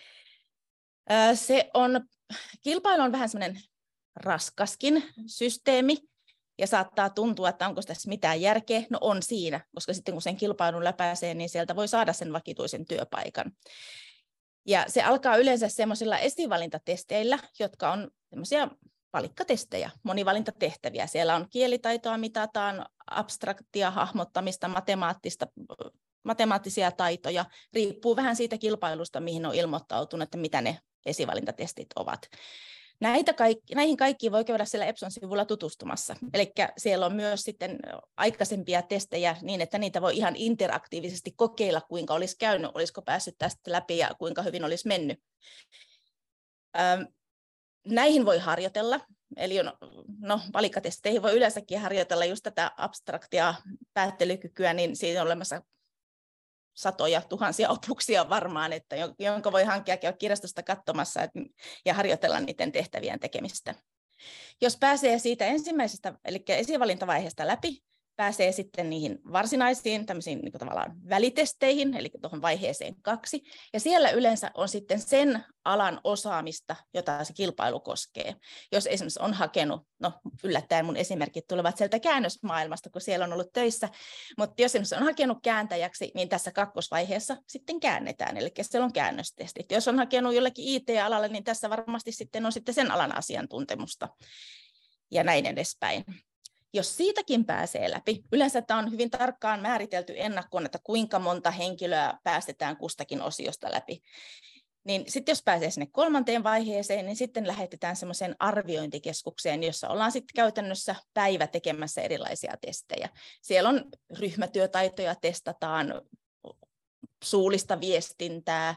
Kilpailu on vähän semmoinen raskaskin systeemi, ja saattaa tuntua, että onko tässä mitään järkeä. No on siinä, koska sitten kun sen kilpailun läpäisee, niin sieltä voi saada sen vakituisen työpaikan. Ja se alkaa yleensä semmoisilla esivalintatesteillä, jotka on semmoisia palikkatestejä, monivalintatehtäviä. Siellä on kielitaitoa, mitataan abstraktia, hahmottamista, matemaattisia taitoja. Riippuu vähän siitä kilpailusta, mihin on ilmoittautunut, että mitä ne esivalintatestit ovat. Näihin kaikkiin voi käydä siellä EPSOn sivulla tutustumassa. Eli siellä on myös sitten aikaisempia testejä niin, että niitä voi ihan interaktiivisesti kokeilla, kuinka olisi käynyt, olisiko päässyt tästä läpi ja kuinka hyvin olisi mennyt. Näihin voi harjoitella, eli palikkatesteihin voi yleensäkin harjoitella just tätä abstraktia päättelykykyä, niin siinä on olemassa satoja, tuhansia opuksia varmaan, että jonka voi hankkia käydä kirjastosta katsomassa ja harjoitella niiden tehtävien tekemistä. Jos pääsee siitä ensimmäisestä, eli esivalintavaiheesta läpi, pääsee sitten niihin varsinaisiin tämmöisiin niin kuin tavallaan välitesteihin, eli tuohon vaiheeseen 2, ja siellä yleensä on sitten sen alan osaamista, jota se kilpailu koskee. Jos esimerkiksi on hakenut, no yllättäen mun esimerkit tulevat sieltä käännösmaailmasta, kun siellä on ollut töissä, mutta jos esimerkiksi on hakenut kääntäjäksi, niin tässä kakkosvaiheessa sitten käännetään, eli siellä on käännöstestit. Jos on hakenut jollekin IT-alalle, niin tässä varmasti sitten on sitten sen alan asiantuntemusta ja näin edespäin. Jos siitäkin pääsee läpi, yleensä tämä on hyvin tarkkaan määritelty ennakkoon, että kuinka monta henkilöä päästetään kustakin osiosta läpi. Niin sitten jos pääsee sinne 3. vaiheeseen, niin sitten lähetetään semmoiseen arviointikeskukseen, jossa ollaan sitten käytännössä päivä tekemässä erilaisia testejä. Siellä on ryhmätyötaitoja, testataan suullista viestintää,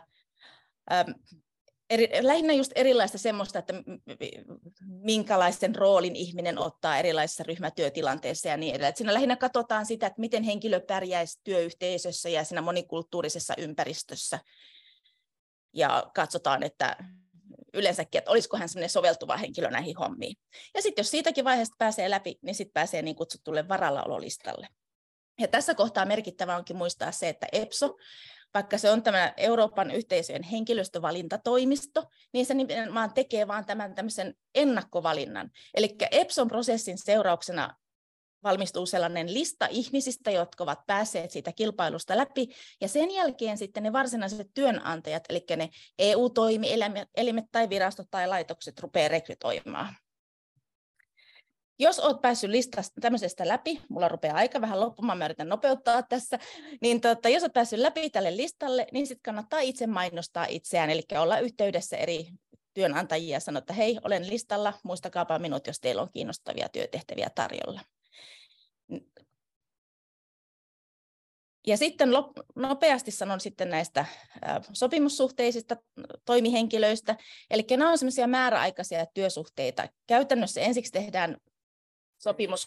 lähinnä just erilaista semmoista, että minkälaisen roolin ihminen ottaa erilaisissa ryhmätyötilanteissa ja niin edelleen. Siinä lähinnä katsotaan sitä, että miten henkilö pärjäisi työyhteisössä ja siinä monikulttuurisessa ympäristössä. Ja katsotaan, että yleensäkin, että olisiko hän sellainen soveltuva henkilö näihin hommiin. Ja sitten jos siitäkin vaiheesta pääsee läpi, niin sitten pääsee niin kutsutulle varallaololistalle. Ja tässä kohtaa merkittävää onkin muistaa se, että EPSO, vaikka se on tämä Euroopan yhteisöjen henkilöstövalintatoimisto, niin se nimenomaan tekee vaan tämän tämmöisen ennakkovalinnan. Eli EPSOn prosessin seurauksena valmistuu sellainen lista ihmisistä, jotka ovat päässeet siitä kilpailusta läpi, ja sen jälkeen sitten ne varsinaiset työnantajat, eli ne EU-toimielimet tai virastot tai laitokset rupeaa rekrytoimaan. Jos olet päässyt listasta tämmöisestä läpi, mulla rupeaa aika vähän loppumaan, mä yritän nopeuttaa tässä, niin jos olet päässyt läpi tälle listalle, niin sitten kannattaa itse mainostaa itseään, eli olla yhteydessä eri työnantajia ja sanoa, että hei, olen listalla, muistakaapa minut, jos teillä on kiinnostavia työtehtäviä tarjolla. Ja sitten nopeasti sanon sitten näistä sopimussuhteisista toimihenkilöistä, eli nämä on semmoisia määräaikaisia työsuhteita. Käytännössä ensiksi tehdään sopimus,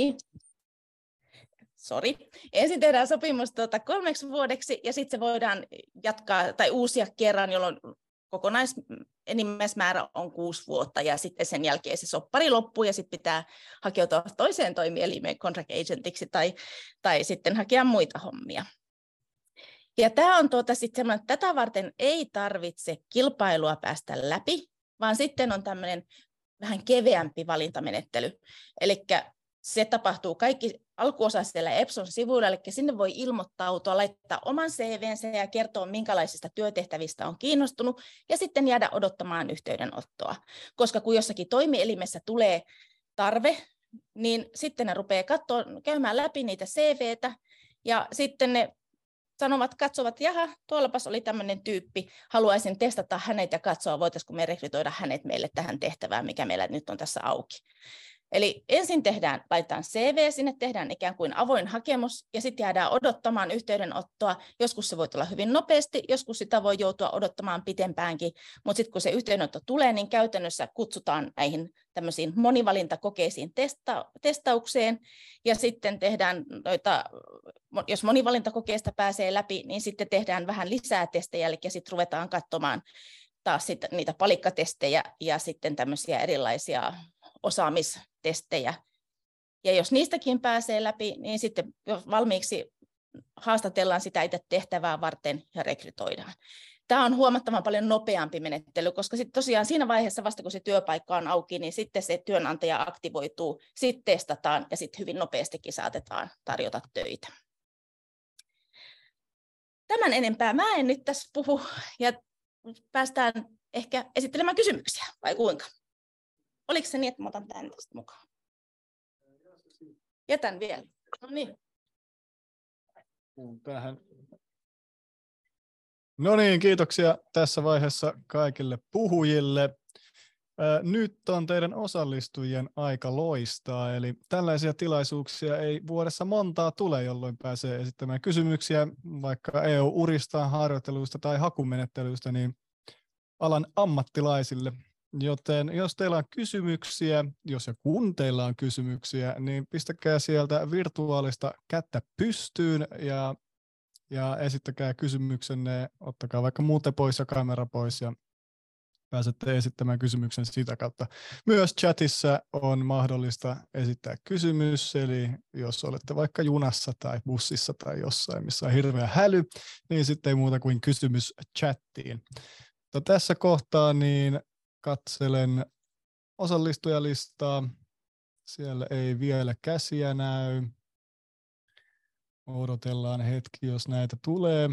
ensin tehdään sopimus 3 vuodeksi ja sitten se voidaan jatkaa tai uusia kerran, jolloin enimmäismäärä on 6 vuotta ja sitten sen jälkeen se soppari loppuu ja sitten pitää hakeutua toiseen toimielimeen contract agentiksi tai sitten hakea muita hommia. Ja tämä on sitten semmoinen, että tätä varten ei tarvitse kilpailua päästä läpi, vaan sitten on tämmöinen vähän keveämpi valintamenettely. Eli se tapahtuu kaikki alkuosa siellä EPSOn sivuilla, eli sinne voi ilmoittautua, laittaa oman CV:nsä ja kertoa, minkälaisista työtehtävistä on kiinnostunut, ja sitten jäädä odottamaan yhteydenottoa. Koska kun jossakin toimielimessä tulee tarve, niin sitten ne rupeaa käymään läpi niitä CV:tä, ja sitten ne katsovat, jaha, tuollapas oli tämmöinen tyyppi, haluaisin testata hänet ja katsoa, voitaisiinko me rekrytoida hänet meille tähän tehtävään, mikä meillä nyt on tässä auki. Eli ensin laitetaan CV, sinne tehdään ikään kuin avoin hakemus ja sitten jäädään odottamaan yhteydenottoa. Joskus se voi tulla hyvin nopeasti, joskus sitä voi joutua odottamaan pitempäänkin, mutta sitten kun se yhteydenotto tulee, niin käytännössä kutsutaan näihin tämmöisiin monivalintakokeisiin testaukseen ja sitten tehdään jos monivalintakokeesta pääsee läpi, niin sitten tehdään vähän lisää testejä, eli sitten ruvetaan katsomaan taas niitä palikkatestejä ja sitten tämmöisiä erilaisia osaamistestejä. Ja jos niistäkin pääsee läpi, niin sitten valmiiksi haastatellaan sitä itse tehtävää varten ja rekrytoidaan. Tämä on huomattavan paljon nopeampi menettely, koska sitten tosiaan siinä vaiheessa vasta kun se työpaikka on auki, niin sitten se työnantaja aktivoituu, sitten testataan ja sitten hyvin nopeastikin saatetaan tarjota töitä. Tämän enempää mä en nyt tässä puhu ja päästään ehkä esittelemään kysymyksiä, vai kuinka? Oliko se niin, että mä otan tämän tästä mukaan? Jätän vielä. No niin. No niin, kiitoksia tässä vaiheessa kaikille puhujille. Nyt on teidän osallistujien aika loistaa, eli tällaisia tilaisuuksia ei vuodessa montaa tule, jolloin pääsee esittämään kysymyksiä vaikka EU-urista, harjoitteluista tai hakumenettelyistä, niin alan ammattilaisille. Joten jos teillä on kysymyksiä, jos ja kun teillä on kysymyksiä, niin pistäkää sieltä virtuaalista kättä pystyyn ja esittäkää kysymyksenne, ottakaa vaikka muute pois ja kamera pois ja pääsette esittämään kysymyksen sitä kautta. Myös chatissa on mahdollista esittää kysymys, eli jos olette vaikka junassa tai bussissa tai jossain, missä on hirveä häly, niin sitten ei muuta kuin kysymys chattiin. Tässä kohtaa niin katselen osallistujalistaa. Siellä ei vielä käsiä näy. Odotellaan hetki, jos näitä tulee.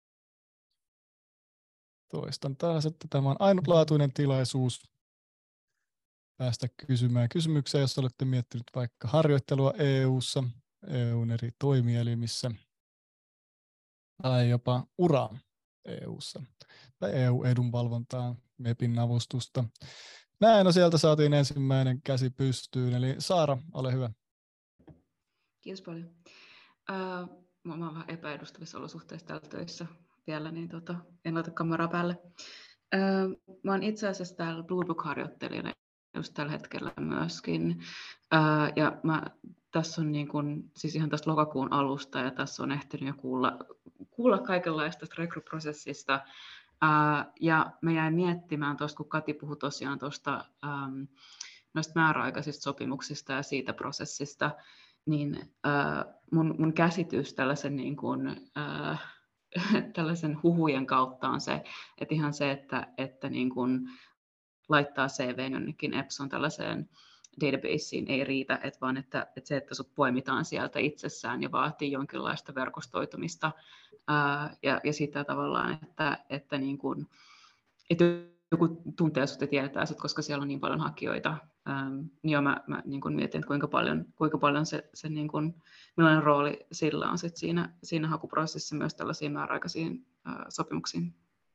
Toistan taas, että tämä on ainutlaatuinen tilaisuus päästä kysymään kysymyksiä, jos olette miettineet vaikka harjoittelua EU:ssa, EU:n eri toimielimissä tai jopa uraa EU:ssa tai EU-edunvalvontaa, MEPin avustusta. Näin, no sieltä saatiin ensimmäinen käsi pystyyn, eli Saara, ole hyvä. Kiitos paljon. Mä oon vähän epäedustavissa olosuhteissa täällä töissä vielä, niin en laita kameraa päälle. Mä oon itse asiassa täällä Blue Book-harjoittelijana just tällä hetkellä myöskin. Ja tässä on niin kun, siis ihan tästä lokakuun alusta, ja tässä on ehtinyt jo kuulla kaikenlaista rekryprosessista. Ja mä jäin miettimään tuosta, kun Kati puhui tosiaan tuosta noista määräaikaisista sopimuksista ja siitä prosessista, niin mun käsitys tällaisen, niin kuin, tällaisen huhujen kautta on se, että ihan se, että niin kuin laittaa CV:n jonnekin Epson tällaiseen databaseen ei riitä, vaan että se, että sut poimitaan sieltä itsessään ja vaatii jonkinlaista verkostoitumista ja sitä tavallaan, että niin kuin, että joku tuntee sut ja tietää sut, koska siellä on niin paljon hakijoita. Niin mä niin kuin mietin, että kuinka paljon se niin kuin, millainen rooli sillä on sit siinä hakuprosessissa myös tällaisiin määräaikaisiin sopimuksiin.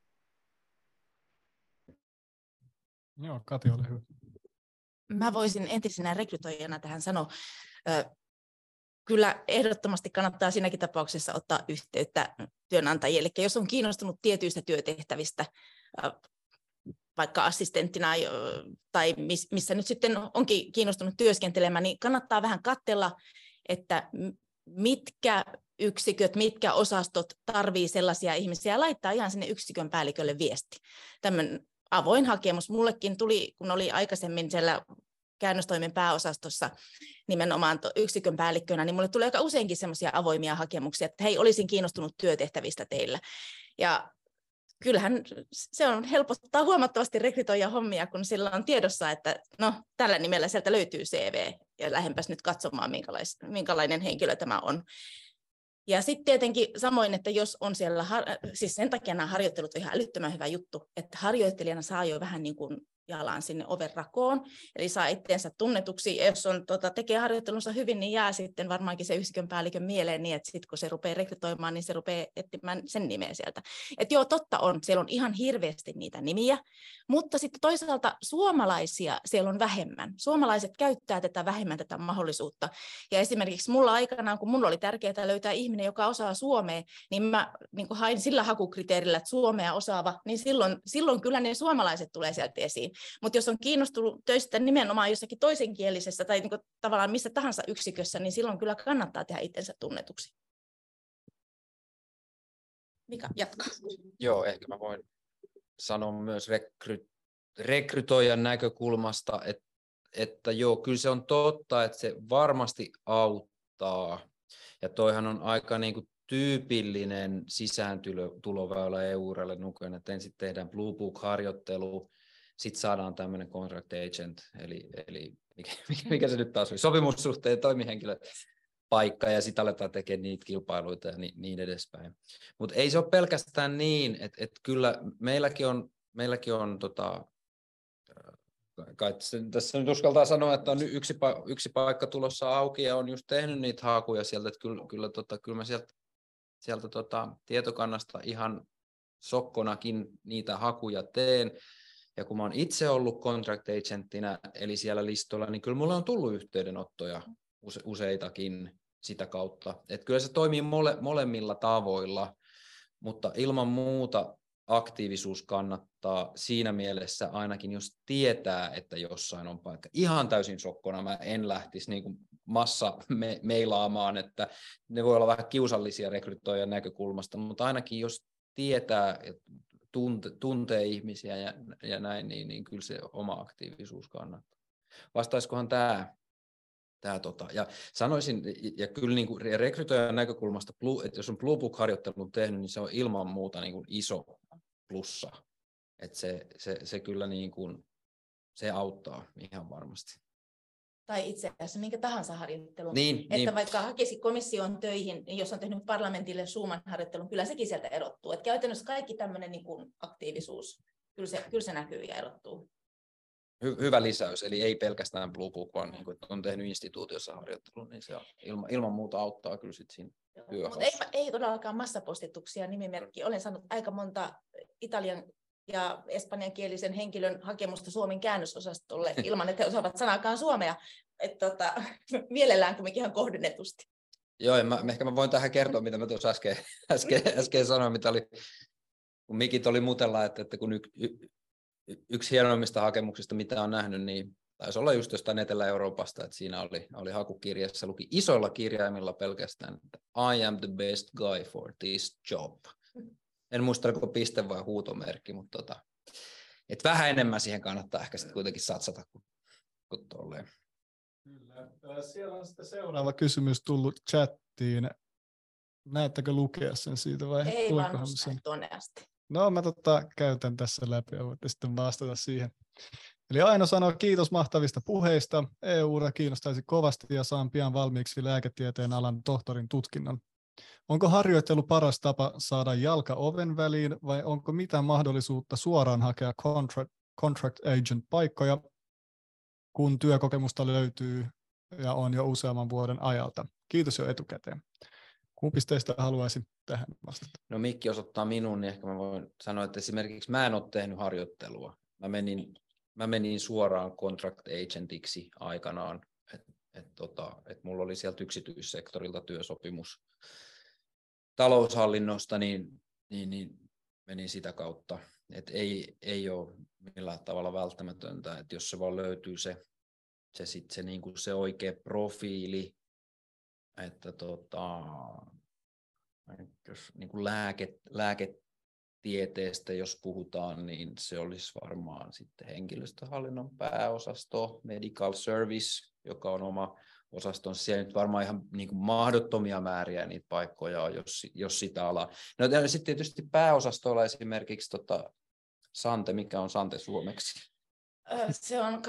Joo, Kati, ole hyvä. Mä voisin entisenä rekrytoijana tähän sanoa, kyllä ehdottomasti kannattaa siinäkin tapauksessa ottaa yhteyttä työnantajille. Eli jos on kiinnostunut tietyistä työtehtävistä, vaikka assistenttina tai missä nyt sitten onkin kiinnostunut työskentelemään, niin kannattaa vähän katsella, että mitkä yksiköt, mitkä osastot tarvii sellaisia ihmisiä ja laittaa ihan sinne yksikön päällikölle viesti. Tämmöinen avoin hakemus mullekin tuli, kun oli aikaisemmin siellä käännöstoimen pääosastossa nimenomaan yksikön päällikkönä, niin mulle tuli aika useinkin semmoisia avoimia hakemuksia, että hei, olisin kiinnostunut työtehtävistä teillä. Ja kyllähän se on helpottaa huomattavasti rekrytoijan hommia, kun sillä on tiedossa, että no, tällä nimellä sieltä löytyy CV, ja lähdenpäs nyt katsomaan, minkälainen henkilö tämä on. Ja sitten tietenkin samoin, että jos on siellä, siis sen takia nämä harjoittelut on ihan älyttömän hyvä juttu, että harjoittelijana saa jo vähän niin kuin jalan sinne oven rakoon, eli saa itseensä tunnetuksi, ja jos on, tekee harjoittelunsa hyvin, niin jää sitten varmaankin se yksikön päällikön mieleen niin, että sitten kun se rupeaa rekrytoimaan, niin se rupeaa etsimään sen nimeä sieltä. Että joo, totta on, siellä on ihan hirveästi niitä nimiä, mutta sitten toisaalta suomalaisia siellä on vähemmän. Suomalaiset käyttää vähemmän tätä mahdollisuutta, ja esimerkiksi mulla aikanaan, kun mulla oli tärkeää löytää ihminen, joka osaa suomea, niin mä niin hain sillä hakukriteerillä, että suomea osaava, niin silloin kyllä ne suomalaiset tulee sieltä esiin. Mutta jos on kiinnostunut töistä nimenomaan jossakin toisenkielisessä tai niinku tavallaan missä tahansa yksikössä, niin silloin kyllä kannattaa tehdä itsensä tunnetuksi. Mika, jatka. Joo, ehkä mä voin sanoa myös rekrytoijan näkökulmasta, että joo, kyllä se on totta, että se varmasti auttaa. Ja toihan on aika niin kuin tyypillinen sisääntuloväylä EU-uralle nykyään, että ensin tehdään Blue Book-harjoittelu, sitten saadaan tämmöinen contract agent, eli mikä se nyt taas oli, sopimussuhteen toimihenkilö paikka, ja sitten aletaan tekemään niitä kilpailuita ja niin edespäin. Mutta ei se ole pelkästään niin, että kyllä meilläkin on kai tässä nyt uskaltaa sanoa, että on yksi paikka tulossa auki, ja on just tehnyt niitä hakuja sieltä, että kyllä mä sieltä tietokannasta ihan sokkonakin niitä hakuja teen. Ja kun mä oon itse ollut contract agenttina, eli siellä listoilla, niin kyllä mulle on tullut yhteydenottoja useitakin sitä kautta. Että kyllä se toimii molemmilla tavoilla, mutta ilman muuta aktiivisuus kannattaa siinä mielessä ainakin, jos tietää, että jossain on paikka. Ihan täysin sokkona mä en lähtisi niin kuin meilaamaan, että ne voi olla vähän kiusallisia rekrytoijan näkökulmasta, mutta ainakin jos tietää, tuntee ihmisiä ja näin, niin kyllä se oma aktiivisuus kannattaa. Vastaisikohan tämä? Ja sanoisin, ja kyllä niin kuin rekrytoijan näkökulmasta, että jos on Blue Book-harjoittelun tehnyt, niin se on ilman muuta niin kuin iso plussa. Että se kyllä niin kuin, se auttaa ihan varmasti. Tai itse asiassa minkä tahansa harjoittelun. Niin. Vaikka hakisi komission töihin, niin jos on tehnyt parlamentille Schumann-harjoittelun, kyllä sekin sieltä erottuu. Että käytännössä kaikki tämmöinen niin kuin aktiivisuus, kyllä se näkyy ja erottuu. Hyvä lisäys, eli ei pelkästään Blue Book, vaan niin kuin, että on tehnyt instituutiossa harjoittelun, niin se ilman muuta auttaa kyllä sit siinä työhaussa. Mutta ei todellakaan massapostituksia nimimerkki. Olen saanut aika monta italian ja espanjankielisen henkilön hakemusta Suomen käännösosastolle ilman, että he osaavat sanaakaan suomea. Mielellään kumminkin ihan kohdennetusti. Joo, ehkä mä voin tähän kertoa, mitä mä tuossa äsken sanoin, mitä oli, kun mikit oli mutella, että kun yksi hienoimmista hakemuksista, mitä on nähnyt, niin taisi olla just jostain Etelä-Euroopasta, että siinä oli hakukirjassa, luki isoilla kirjaimilla pelkästään, että I am the best guy for this job. En muista, oliko piste vai huutomerkki, mutta että vähän enemmän siihen kannattaa ehkä sitten kuitenkin satsata kuin tolleen. Kyllä. Siellä on sitten seuraava kysymys tullut chattiin. Näettekö lukea sen siitä vai? Ei vaan nostaa tuonne asti. No mä käytän tässä läpi ja voitte sitten vastata siihen. Eli Aino sanoo kiitos mahtavista puheista. EU-ura kiinnostaisi kovasti ja saan pian valmiiksi lääketieteen alan tohtorin tutkinnon. Onko harjoittelu paras tapa saada jalka oven väliin vai onko mitään mahdollisuutta suoraan hakea contract agent paikkoja, kun työkokemusta löytyy ja on jo useamman vuoden ajalta? Kiitos jo etukäteen. Kumpi teistä haluaisi tähän vastata? No Mikki osoittaa minun, niin ehkä mä voin sanoa, että esimerkiksi mä en ole tehnyt harjoittelua. Mä menin suoraan contract agentiksi aikanaan, että mulla oli sieltä yksityissektorilta työsopimus taloushallinnosta, niin menin sitä kautta. Että ei ole millään tavalla välttämätöntä, että jos se vaan löytyy se niin kuin se oikea profiili, että jos niin kuin lääketieteestä jos puhutaan, niin se olisi varmaan sitten henkilöstöhallinnon pääosasto, medical service, joka on oma osaston. Siellä nyt varmaan ihan niin kuin mahdottomia määriä niitä paikkoja on, jos sitä alaa. No sitten tietysti pääosastolla esimerkiksi Sante, mikä on Sante suomeksi? Se on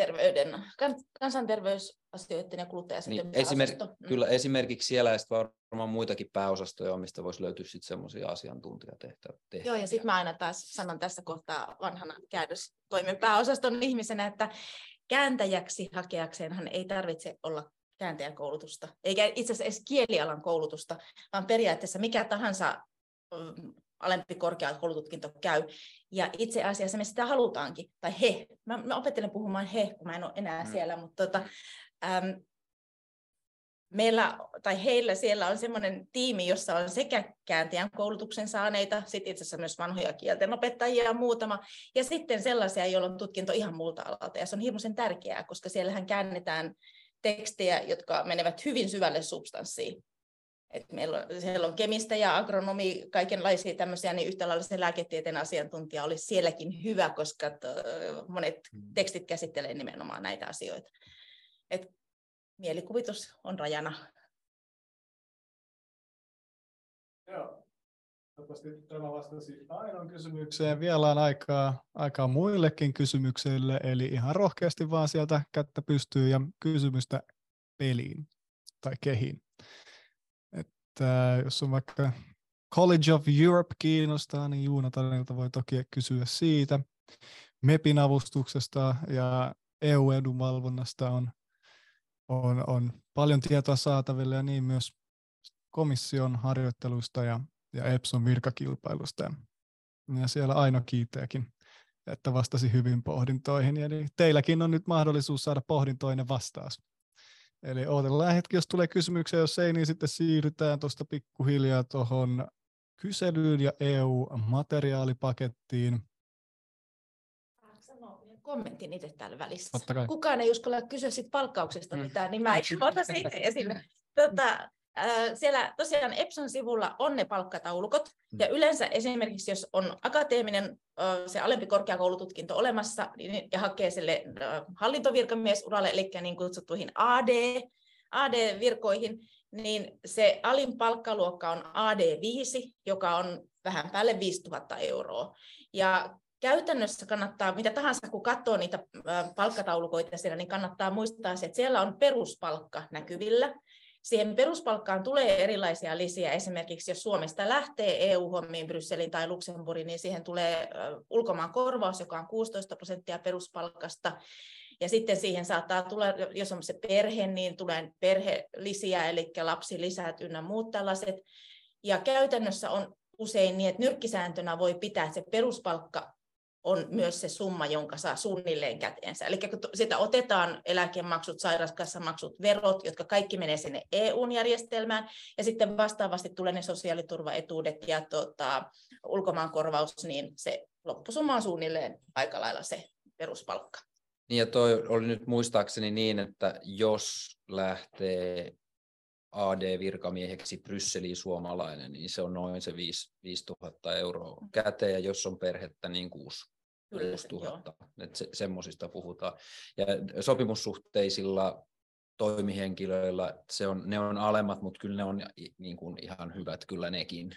kansanterveysasioiden ja kuluttaja-asioiden pääosasto. Kyllä esimerkiksi siellä ja varmaan muitakin pääosastoja, mistä voisi löytyä sitten semmoisia asiantuntijatehtäviä. Joo, ja sitten mä aina taas sanon tässä kohtaa vanhana käännöstoimen pääosaston ihmisenä, että kääntäjäksi hakeakseenhan ei tarvitse olla kääntäjäkoulutusta, eikä itse asiassa edes kielialan koulutusta, vaan periaatteessa mikä tahansa alempi korkeakoulututkinto käy. Ja itse asiassa me sitä halutaankin, tai he. Mä opettelen puhumaan he, kun mä en ole enää siellä, mutta meillä tai heillä siellä on semmoinen tiimi, jossa on sekä kääntäjän koulutuksen saaneita, sitten itse asiassa myös vanhoja kieltenopettajia muutama, ja sitten sellaisia, joilla on tutkinto ihan muulta alalta. Ja se on hirmuisen tärkeää, koska siellähän käännetään tekstejä, jotka menevät hyvin syvälle substanssiin. Siellä on kemistä ja agronomi, kaikenlaisia tämmöisiä, niin yhtä lailla se lääketieteen asiantuntija olisi sielläkin hyvä, koska monet tekstit käsittelee nimenomaan näitä asioita. Et mielikuvitus on rajana. Joo. Tämä vastasi Ainon kysymykseen. Vielä on aikaa muillekin kysymyksille, eli ihan rohkeasti vaan sieltä kättä pystyy ja kysymystä peliin tai kehiin. Että jos on vaikka College of Europe kiinnostaa, niin Juunatanilta voi toki kysyä siitä. MEPin avustuksesta ja EU-edunvalvonnasta on paljon tietoa saatavilla ja niin myös komission harjoittelusta ja EPSOn virkakilpailusta. Ja siellä Aino kiittääkin, että vastasi hyvin pohdintoihin. Eli teilläkin on nyt mahdollisuus saada pohdintoinen vastaus. Eli odotellaan hetki, jos tulee kysymyksiä, jos ei, niin sitten siirrytään tuosta pikkuhiljaa tuohon kyselyyn ja EU-materiaalipakettiin. Kommentin itse täällä välissä. Totta kai. Kukaan ei uskalla kysyä sit palkkauksesta mitään, niin mä ota siitä esille. siellä tosiaan Epson sivulla on ne palkkataulukot, ja yleensä esimerkiksi jos on akateeminen se alempi korkeakoulututkinto olemassa ja hakee sille hallintovirkamiesuralle, eli niin kutsuttuihin AD-virkoihin, niin se alin palkkaluokka on AD5, joka on vähän päälle 5 000 euroa. Ja käytännössä kannattaa, mitä tahansa kun katsoo niitä palkkataulukoita siellä, niin kannattaa muistaa, että siellä on peruspalkka näkyvillä. Siihen peruspalkkaan tulee erilaisia lisiä. Esimerkiksi jos Suomesta lähtee EU-hommiin Brysseliin tai Luxemburgiin, niin siihen tulee ulkomaan korvaus, joka on 16% peruspalkasta. Ja sitten siihen saattaa tulla, jos on se perhe, niin tulee perhelisiä, eli lapsilisät ynnä muut tällaiset. Ja käytännössä on usein niin, että nyrkkisääntönä voi pitää, että se peruspalkka on myös se summa, jonka saa suunnilleen käteensä. Eli kun sitä otetaan eläkemaksut, sairauskassamaksut, verot, jotka kaikki menee sinne EU-järjestelmään, ja sitten vastaavasti tulee ne sosiaaliturvaetuudet ja ulkomaankorvaus, niin se loppusumma on suunnilleen aika lailla se peruspalkka. Niin ja toi oli nyt muistaakseni niin, että jos lähtee AD-virkamieheksi Brysseliin suomalainen, niin se on noin se 5 000 euroa käteen, ja jos on perhettä, niin 6 000. Semmoisista puhutaan. Ja sopimussuhteisilla toimihenkilöillä ne on alemmat, mutta kyllä ne on niin kuin ihan hyvät, kyllä nekin.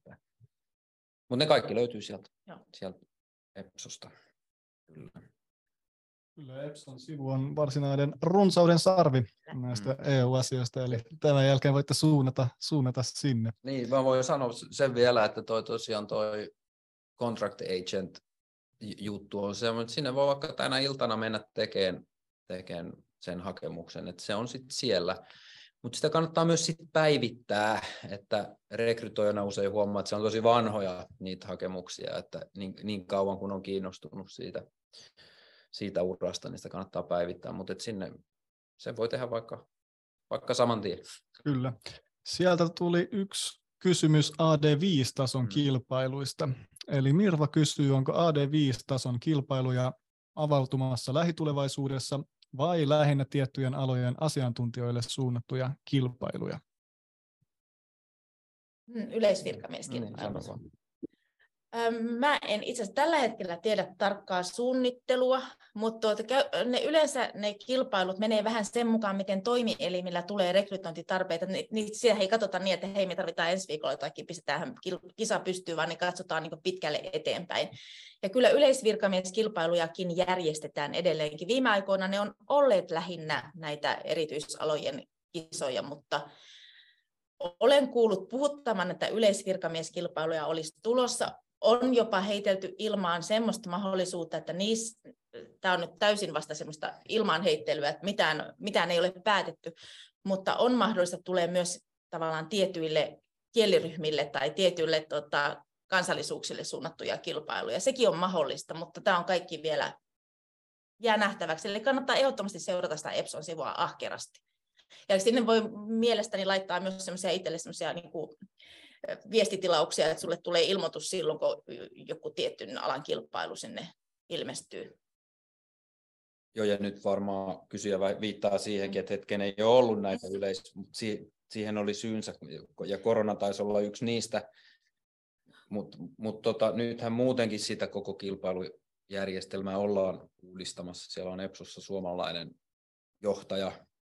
Mutta ne kaikki löytyy sieltä Epsosta. Kyllä. Kyllä Epson sivu on varsinainen runsauden sarvi näistä EU-asioista, eli tämän jälkeen voitte suunnata sinne. Niin, mä voin sanoa sen vielä, että tosiaan toi contract agent juttu on se, että sinne voi vaikka tänä iltana mennä tekemään sen hakemuksen, että se on sitten siellä. Mutta sitä kannattaa myös sit päivittää, että rekrytoijana usein huomaa, että se on tosi vanhoja niitä hakemuksia, että niin kauan kun on kiinnostunut siitä urasta, niin sitä kannattaa päivittää, mutta sinne sen voi tehdä vaikka saman tien. Kyllä. Sieltä tuli yksi kysymys AD5-tason kilpailuista. Eli Mirva kysyy, onko AD5-tason kilpailuja avautumassa lähitulevaisuudessa vai lähinnä tiettyjen alojen asiantuntijoille suunnattuja kilpailuja? Yleisvirkamieskilpailu. Mä en itse asiassa tällä hetkellä tiedä tarkkaa suunnittelua, mutta yleensä ne kilpailut menee vähän sen mukaan, miten toimielimillä tulee rekrytointitarpeita. Siellä ei katsota niin, että hei, me tarvitaan ensi viikolla jotakin, pistetään kisa pystyyn, vaan ne katsotaan niin pitkälle eteenpäin. Ja kyllä yleisvirkamieskilpailujakin järjestetään edelleenkin. Viime aikoina ne on olleet lähinnä näitä erityisalojen kisoja, mutta olen kuullut puhuttavan, että yleisvirkamieskilpailuja olisi tulossa. On jopa heitelty ilmaan semmoista mahdollisuutta, että tämä on nyt täysin vasta semmoista ilmaanheittelyä, että mitään ei ole päätetty, mutta on mahdollista, että tulee myös tavallaan tietyille kieliryhmille tai tietyille kansallisuuksille suunnattuja kilpailuja. Sekin on mahdollista, mutta tämä on kaikki vielä jää nähtäväksi. Eli kannattaa ehdottomasti seurata sitä Epson sivua ahkerasti. Ja sinne voi mielestäni laittaa myös itselle semmoisia niin kuin viestitilauksia, että sulle tulee ilmoitus silloin, kun joku tietyn alan kilpailu sinne ilmestyy. Joo, ja nyt varmaan kysyjä viittaa siihenkin, että hetken ei ole ollut näitä siihen oli syynsä, ja korona taisi olla yksi niistä, mutta nythän muutenkin sitä koko kilpailujärjestelmää ollaan uudistamassa. Siellä on Epsossa suomalainen johtaja,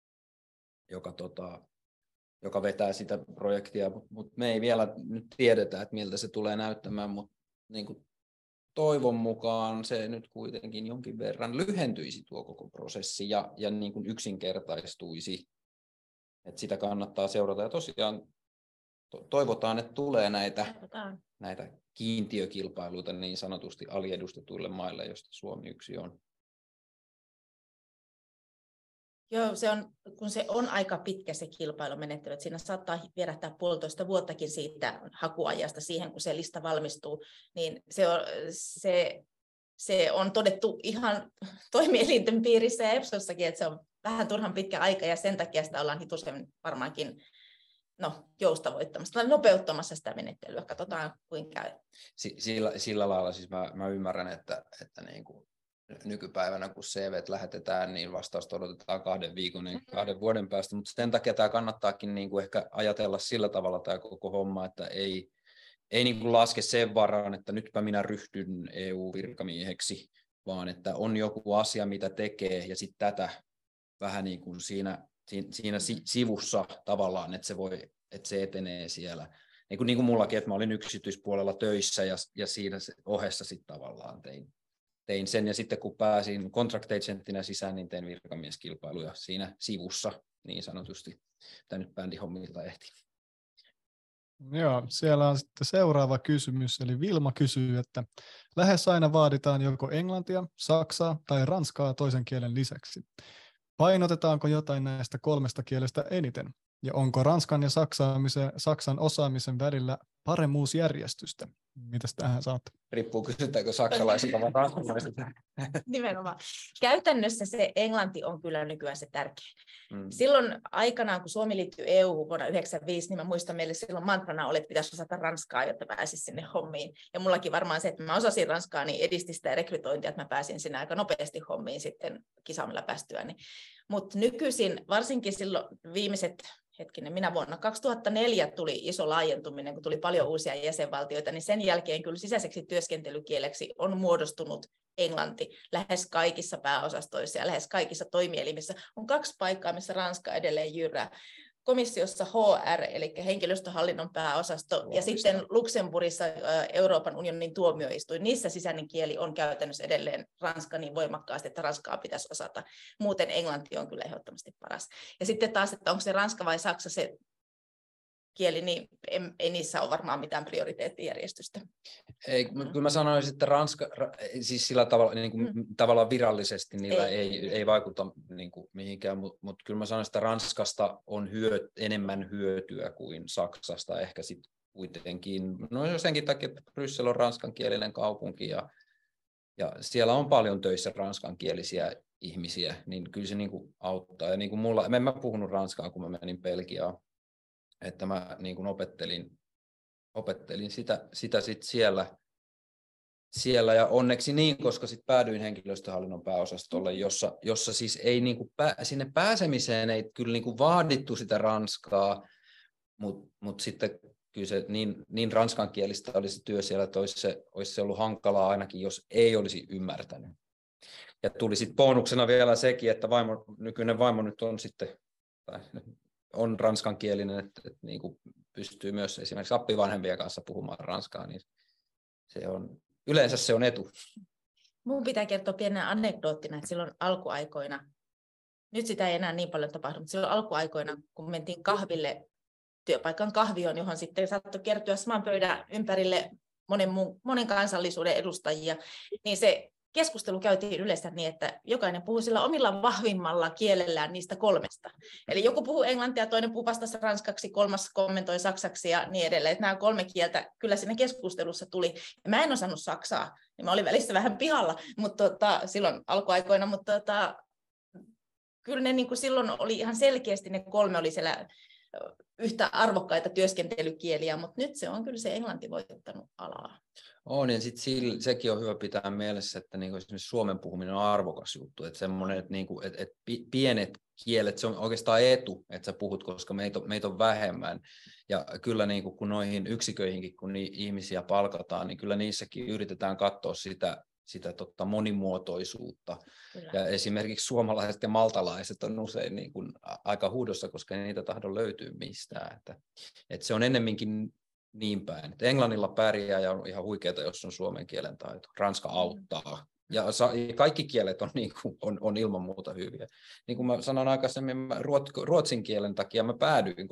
joka vetää sitä projektia, mutta me ei vielä nyt tiedetä, että miltä se tulee näyttämään, mutta niin kuin toivon mukaan se nyt kuitenkin jonkin verran lyhentyisi tuo koko prosessi ja niin kuin yksinkertaistuisi. Että sitä kannattaa seurata ja tosiaan toivotaan, että tulee näitä kiintiökilpailuita niin sanotusti aliedustetuille maille, joista Suomi yksi on. Joo, kun se on aika pitkä se kilpailumenettely, että siinä saattaa vierähtää 1,5 vuottakin siitä hakuajasta siihen, kun se lista valmistuu, niin se on todettu ihan toimielinten piirissä ja Epsossakin, että se on vähän turhan pitkä aika ja sen takia sitä ollaan hitusen varmaankin joustavoittamassa tai nopeuttamassa sitä menettelyä. Katsotaan, kuinka käy. Sillä lailla siis mä ymmärrän, että niin kuin nykypäivänä, kun CVt lähetetään, niin vastausta odotetaan 2 viikon, niin 2 vuoden päästä, mutta sen takia tämä kannattaakin niin kuin ehkä ajatella sillä tavalla tämä koko homma, että ei niin kuin laske sen varaan, että nytpä minä ryhdyn EU-virkamieheksi, vaan että on joku asia, mitä tekee, ja sitten tätä vähän niin kuin siinä sivussa tavallaan, että se etenee siellä. Niin kuin mullakin, että mä olin yksityispuolella töissä, ja siinä ohessa sitten tavallaan tein sen, ja sitten kun pääsin contract agenttina sisään, niin tein virkamieskilpailuja siinä sivussa niin sanotusti, mitä nyt bändihommilta ehti. Joo, siellä on sitten seuraava kysymys, eli Vilma kysyy, että lähes aina vaaditaan joko englantia, saksaa tai ranskaa toisen kielen lisäksi. Painotetaanko jotain näistä 3 kielestä eniten? Ja onko ranskan ja saksan osaamisen välillä paremmuusjärjestystä? Mitäs tähän saat? Riippuu, kysytäänkö saksalaisilta vai ranskalaisilta. Nimenomaan. Käytännössä se englanti on kyllä nykyään se tärkein. Silloin aikanaan, kun Suomi liittyi EU vuonna 1995, niin mä muistan meille silloin mantrana oli, että pitäisi osata ranskaa, jotta pääsisi sinne hommiin. Ja mullakin varmaan se, että mä osasin ranskaa, niin edisti sitä rekrytointia, että mä pääsin sinne aika nopeasti hommiin sitten kisaamalla päästyäni. Mutta nykyisin, varsinkin silloin viimeiset minä vuonna 2004 tuli iso laajentuminen, kun tuli paljon uusia jäsenvaltioita, niin sen jälkeen kyllä sisäiseksi työskentelykieleksi on muodostunut englanti lähes kaikissa pääosastoissa ja lähes kaikissa toimielimissä. On 2 paikkaa, missä Ranska edelleen jyrää. Komissiossa HR, eli henkilöstöhallinnon pääosasto, ja sitten Luxemburgissa Euroopan unionin tuomioistuin. Niissä sisäinen kieli on käytännössä edelleen ranska niin voimakkaasti, että ranskaa pitäisi osata. Muuten englanti on kyllä ehdottomasti paras. Ja sitten taas, että onko se ranska vai saksa se kieli, niin ei niissä ole varmaan mitään prioriteettijärjestystä. Ei, kyllä mä sanoisin, että ranska, siis sillä tavalla, niin kuin, tavallaan virallisesti niillä ei vaikuta niin kuin mihinkään, mutta kyllä mä sanoisin, että Ranskasta on enemmän hyötyä kuin Saksasta ehkä sitten kuitenkin. No senkin takia, että Bryssel on ranskankielinen kaupunki ja siellä on paljon töissä ranskankielisiä ihmisiä, niin kyllä se niin kuin auttaa. Ja niin kuin mulla, en mä puhunut ranskaa, kun mä menin Belgiaan, että mä niin kuin opettelin sitä sit siellä ja onneksi niin, koska sitten päädyin henkilöstöhallinnon pääosastolle, jossa siis ei niin kuin sinne pääsemiseen ei kyllä niin kuin vaadittu sitä ranskaa, mutta sitten kyllä se niin ranskankielistä oli se työ siellä, että olisi se ollut hankalaa ainakin, jos ei olisi ymmärtänyt. Ja tuli sitten bonuksena vielä sekin, että nykyinen vaimo nyt on sitten on ranskankielinen, että niin kuin pystyy myös esimerkiksi appivanhempien kanssa puhumaan ranskaa, niin yleensä se on etu. Mun pitää kertoa pienen anekdoottina, että silloin alkuaikoina, nyt sitä ei enää niin paljon tapahdu, mutta silloin alkuaikoina, kun mentiin kahville, työpaikan kahvioon, johon sitten saattoi kertyä saman pöydän ympärille monen kansallisuuden edustajia, niin se keskustelu käytiin yleensä niin, että jokainen puhui sillä omilla vahvimmalla kielellään niistä 3. Eli joku puhuu englantia, toinen puhuu vastassa ranskaksi, 3. kommentoi saksaksi ja niin edelleen. Että nämä 3 kieltä kyllä siinä keskustelussa tuli. Ja mä en osannut saksaa, niin mä olin välissä vähän pihalla silloin alkuaikoina, mutta kyllä ne niin kuin silloin oli ihan selkeästi ne 3 oli siellä yhtä arvokkaita työskentelykieliä, mutta nyt se on kyllä se englanti voittanut alaa. On, ja sitten sekin on hyvä pitää mielessä, että niinku esimerkiksi suomen puhuminen on arvokas juttu, että semmoinen, että niinku, pienet kielet, se on oikeastaan etu, että sä puhut, koska meitä on vähemmän, ja kyllä niinku, kun noihin yksiköihinkin, kun ihmisiä palkataan, niin kyllä niissäkin yritetään katsoa sitä Monimuotoisuutta. Kyllä. Ja esimerkiksi suomalaiset ja maltalaiset on usein niin kuin aika huudossa, koska niitä tahdo löytyy mistään. Että se on ennemminkin niin päin. Että englannilla pärjää ja on ihan huikeaa, jos on suomen kielen taito. Ranska auttaa. Ja kaikki kielet on, niin kuin, on ilman muuta hyviä. Niin kuin mä sanoin aikaisemmin, ruotsin kielen takia mä päädyin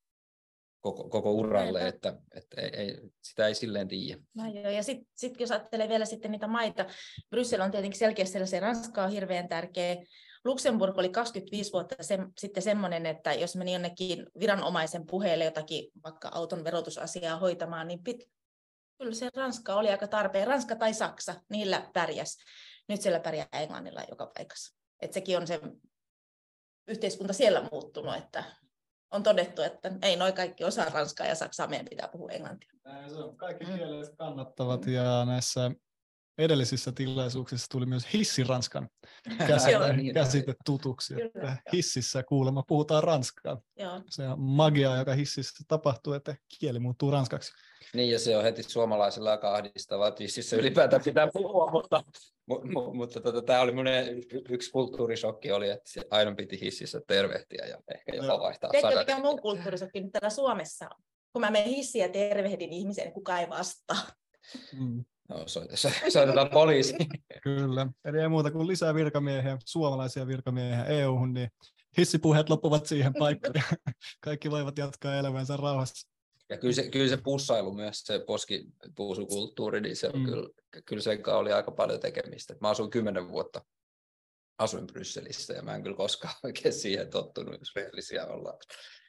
koko uralle, että sitä ei silleen tiedä. Ja sitten jos ajattelee vielä sitten niitä maita, Bryssel on tietenkin selkeästi sellaisia, Ranska on hirveän tärkeä. Luxemburg oli 25 vuotta sitten semmoinen, että jos meni jonnekin viranomaisen puheelle jotakin vaikka auton verotusasiaa hoitamaan, niin kyllä se Ranska oli aika tarpeen. Ranska tai Saksa, niillä pärjäs. Nyt siellä pärjää englannilla joka paikassa. Et sekin on se yhteiskunta siellä muuttunut, että on todettu, että ei noi kaikki osaa ranskaa ja saksaa, meidän pitää puhua englantia. Kaikki kielet kannattavat ja näissä edellisissä tilaisuuksissa tuli myös hissiranskan Niin. käsite tutuksi, että hississä kuulemma puhutaan ranskaa. Joo. Se on magiaa, joka hississä tapahtuu, että kieli muuttuu ranskaksi. Niin, ja se on heti suomalaisella aika ahdistavaa, että hississä ylipäätään pitää puhua, mutta tämä oli minun yksi kulttuurisokki, oli, että aina piti hississä tervehtiä ja ehkä jopa vaihtaa Tiedätkö, sadan. mikä mun kulttuurisokki nyt täällä Suomessa on? Kun mä menen hissiin ja tervehdin ihmisen, niin kukaan ei vastaa. No, soitetaan poliisiin. Kyllä. Eli ei muuta kuin lisää virkamiehiä, suomalaisia virkamiehiä EU-hun, niin hissipuheet loppuvat siihen paikkaan. Kaikki voivat jatkaa elämänsä rauhassa. Ja kyllä se pussailu myös, se poskipuusukulttuuri, niin se on kyllä sen kanssa oli aika paljon tekemistä. Mä asuin 10 vuotta, asuin Brysselissä ja mä en kyllä koskaan oikein siihen tottunut, jos rehellisiä ollaan.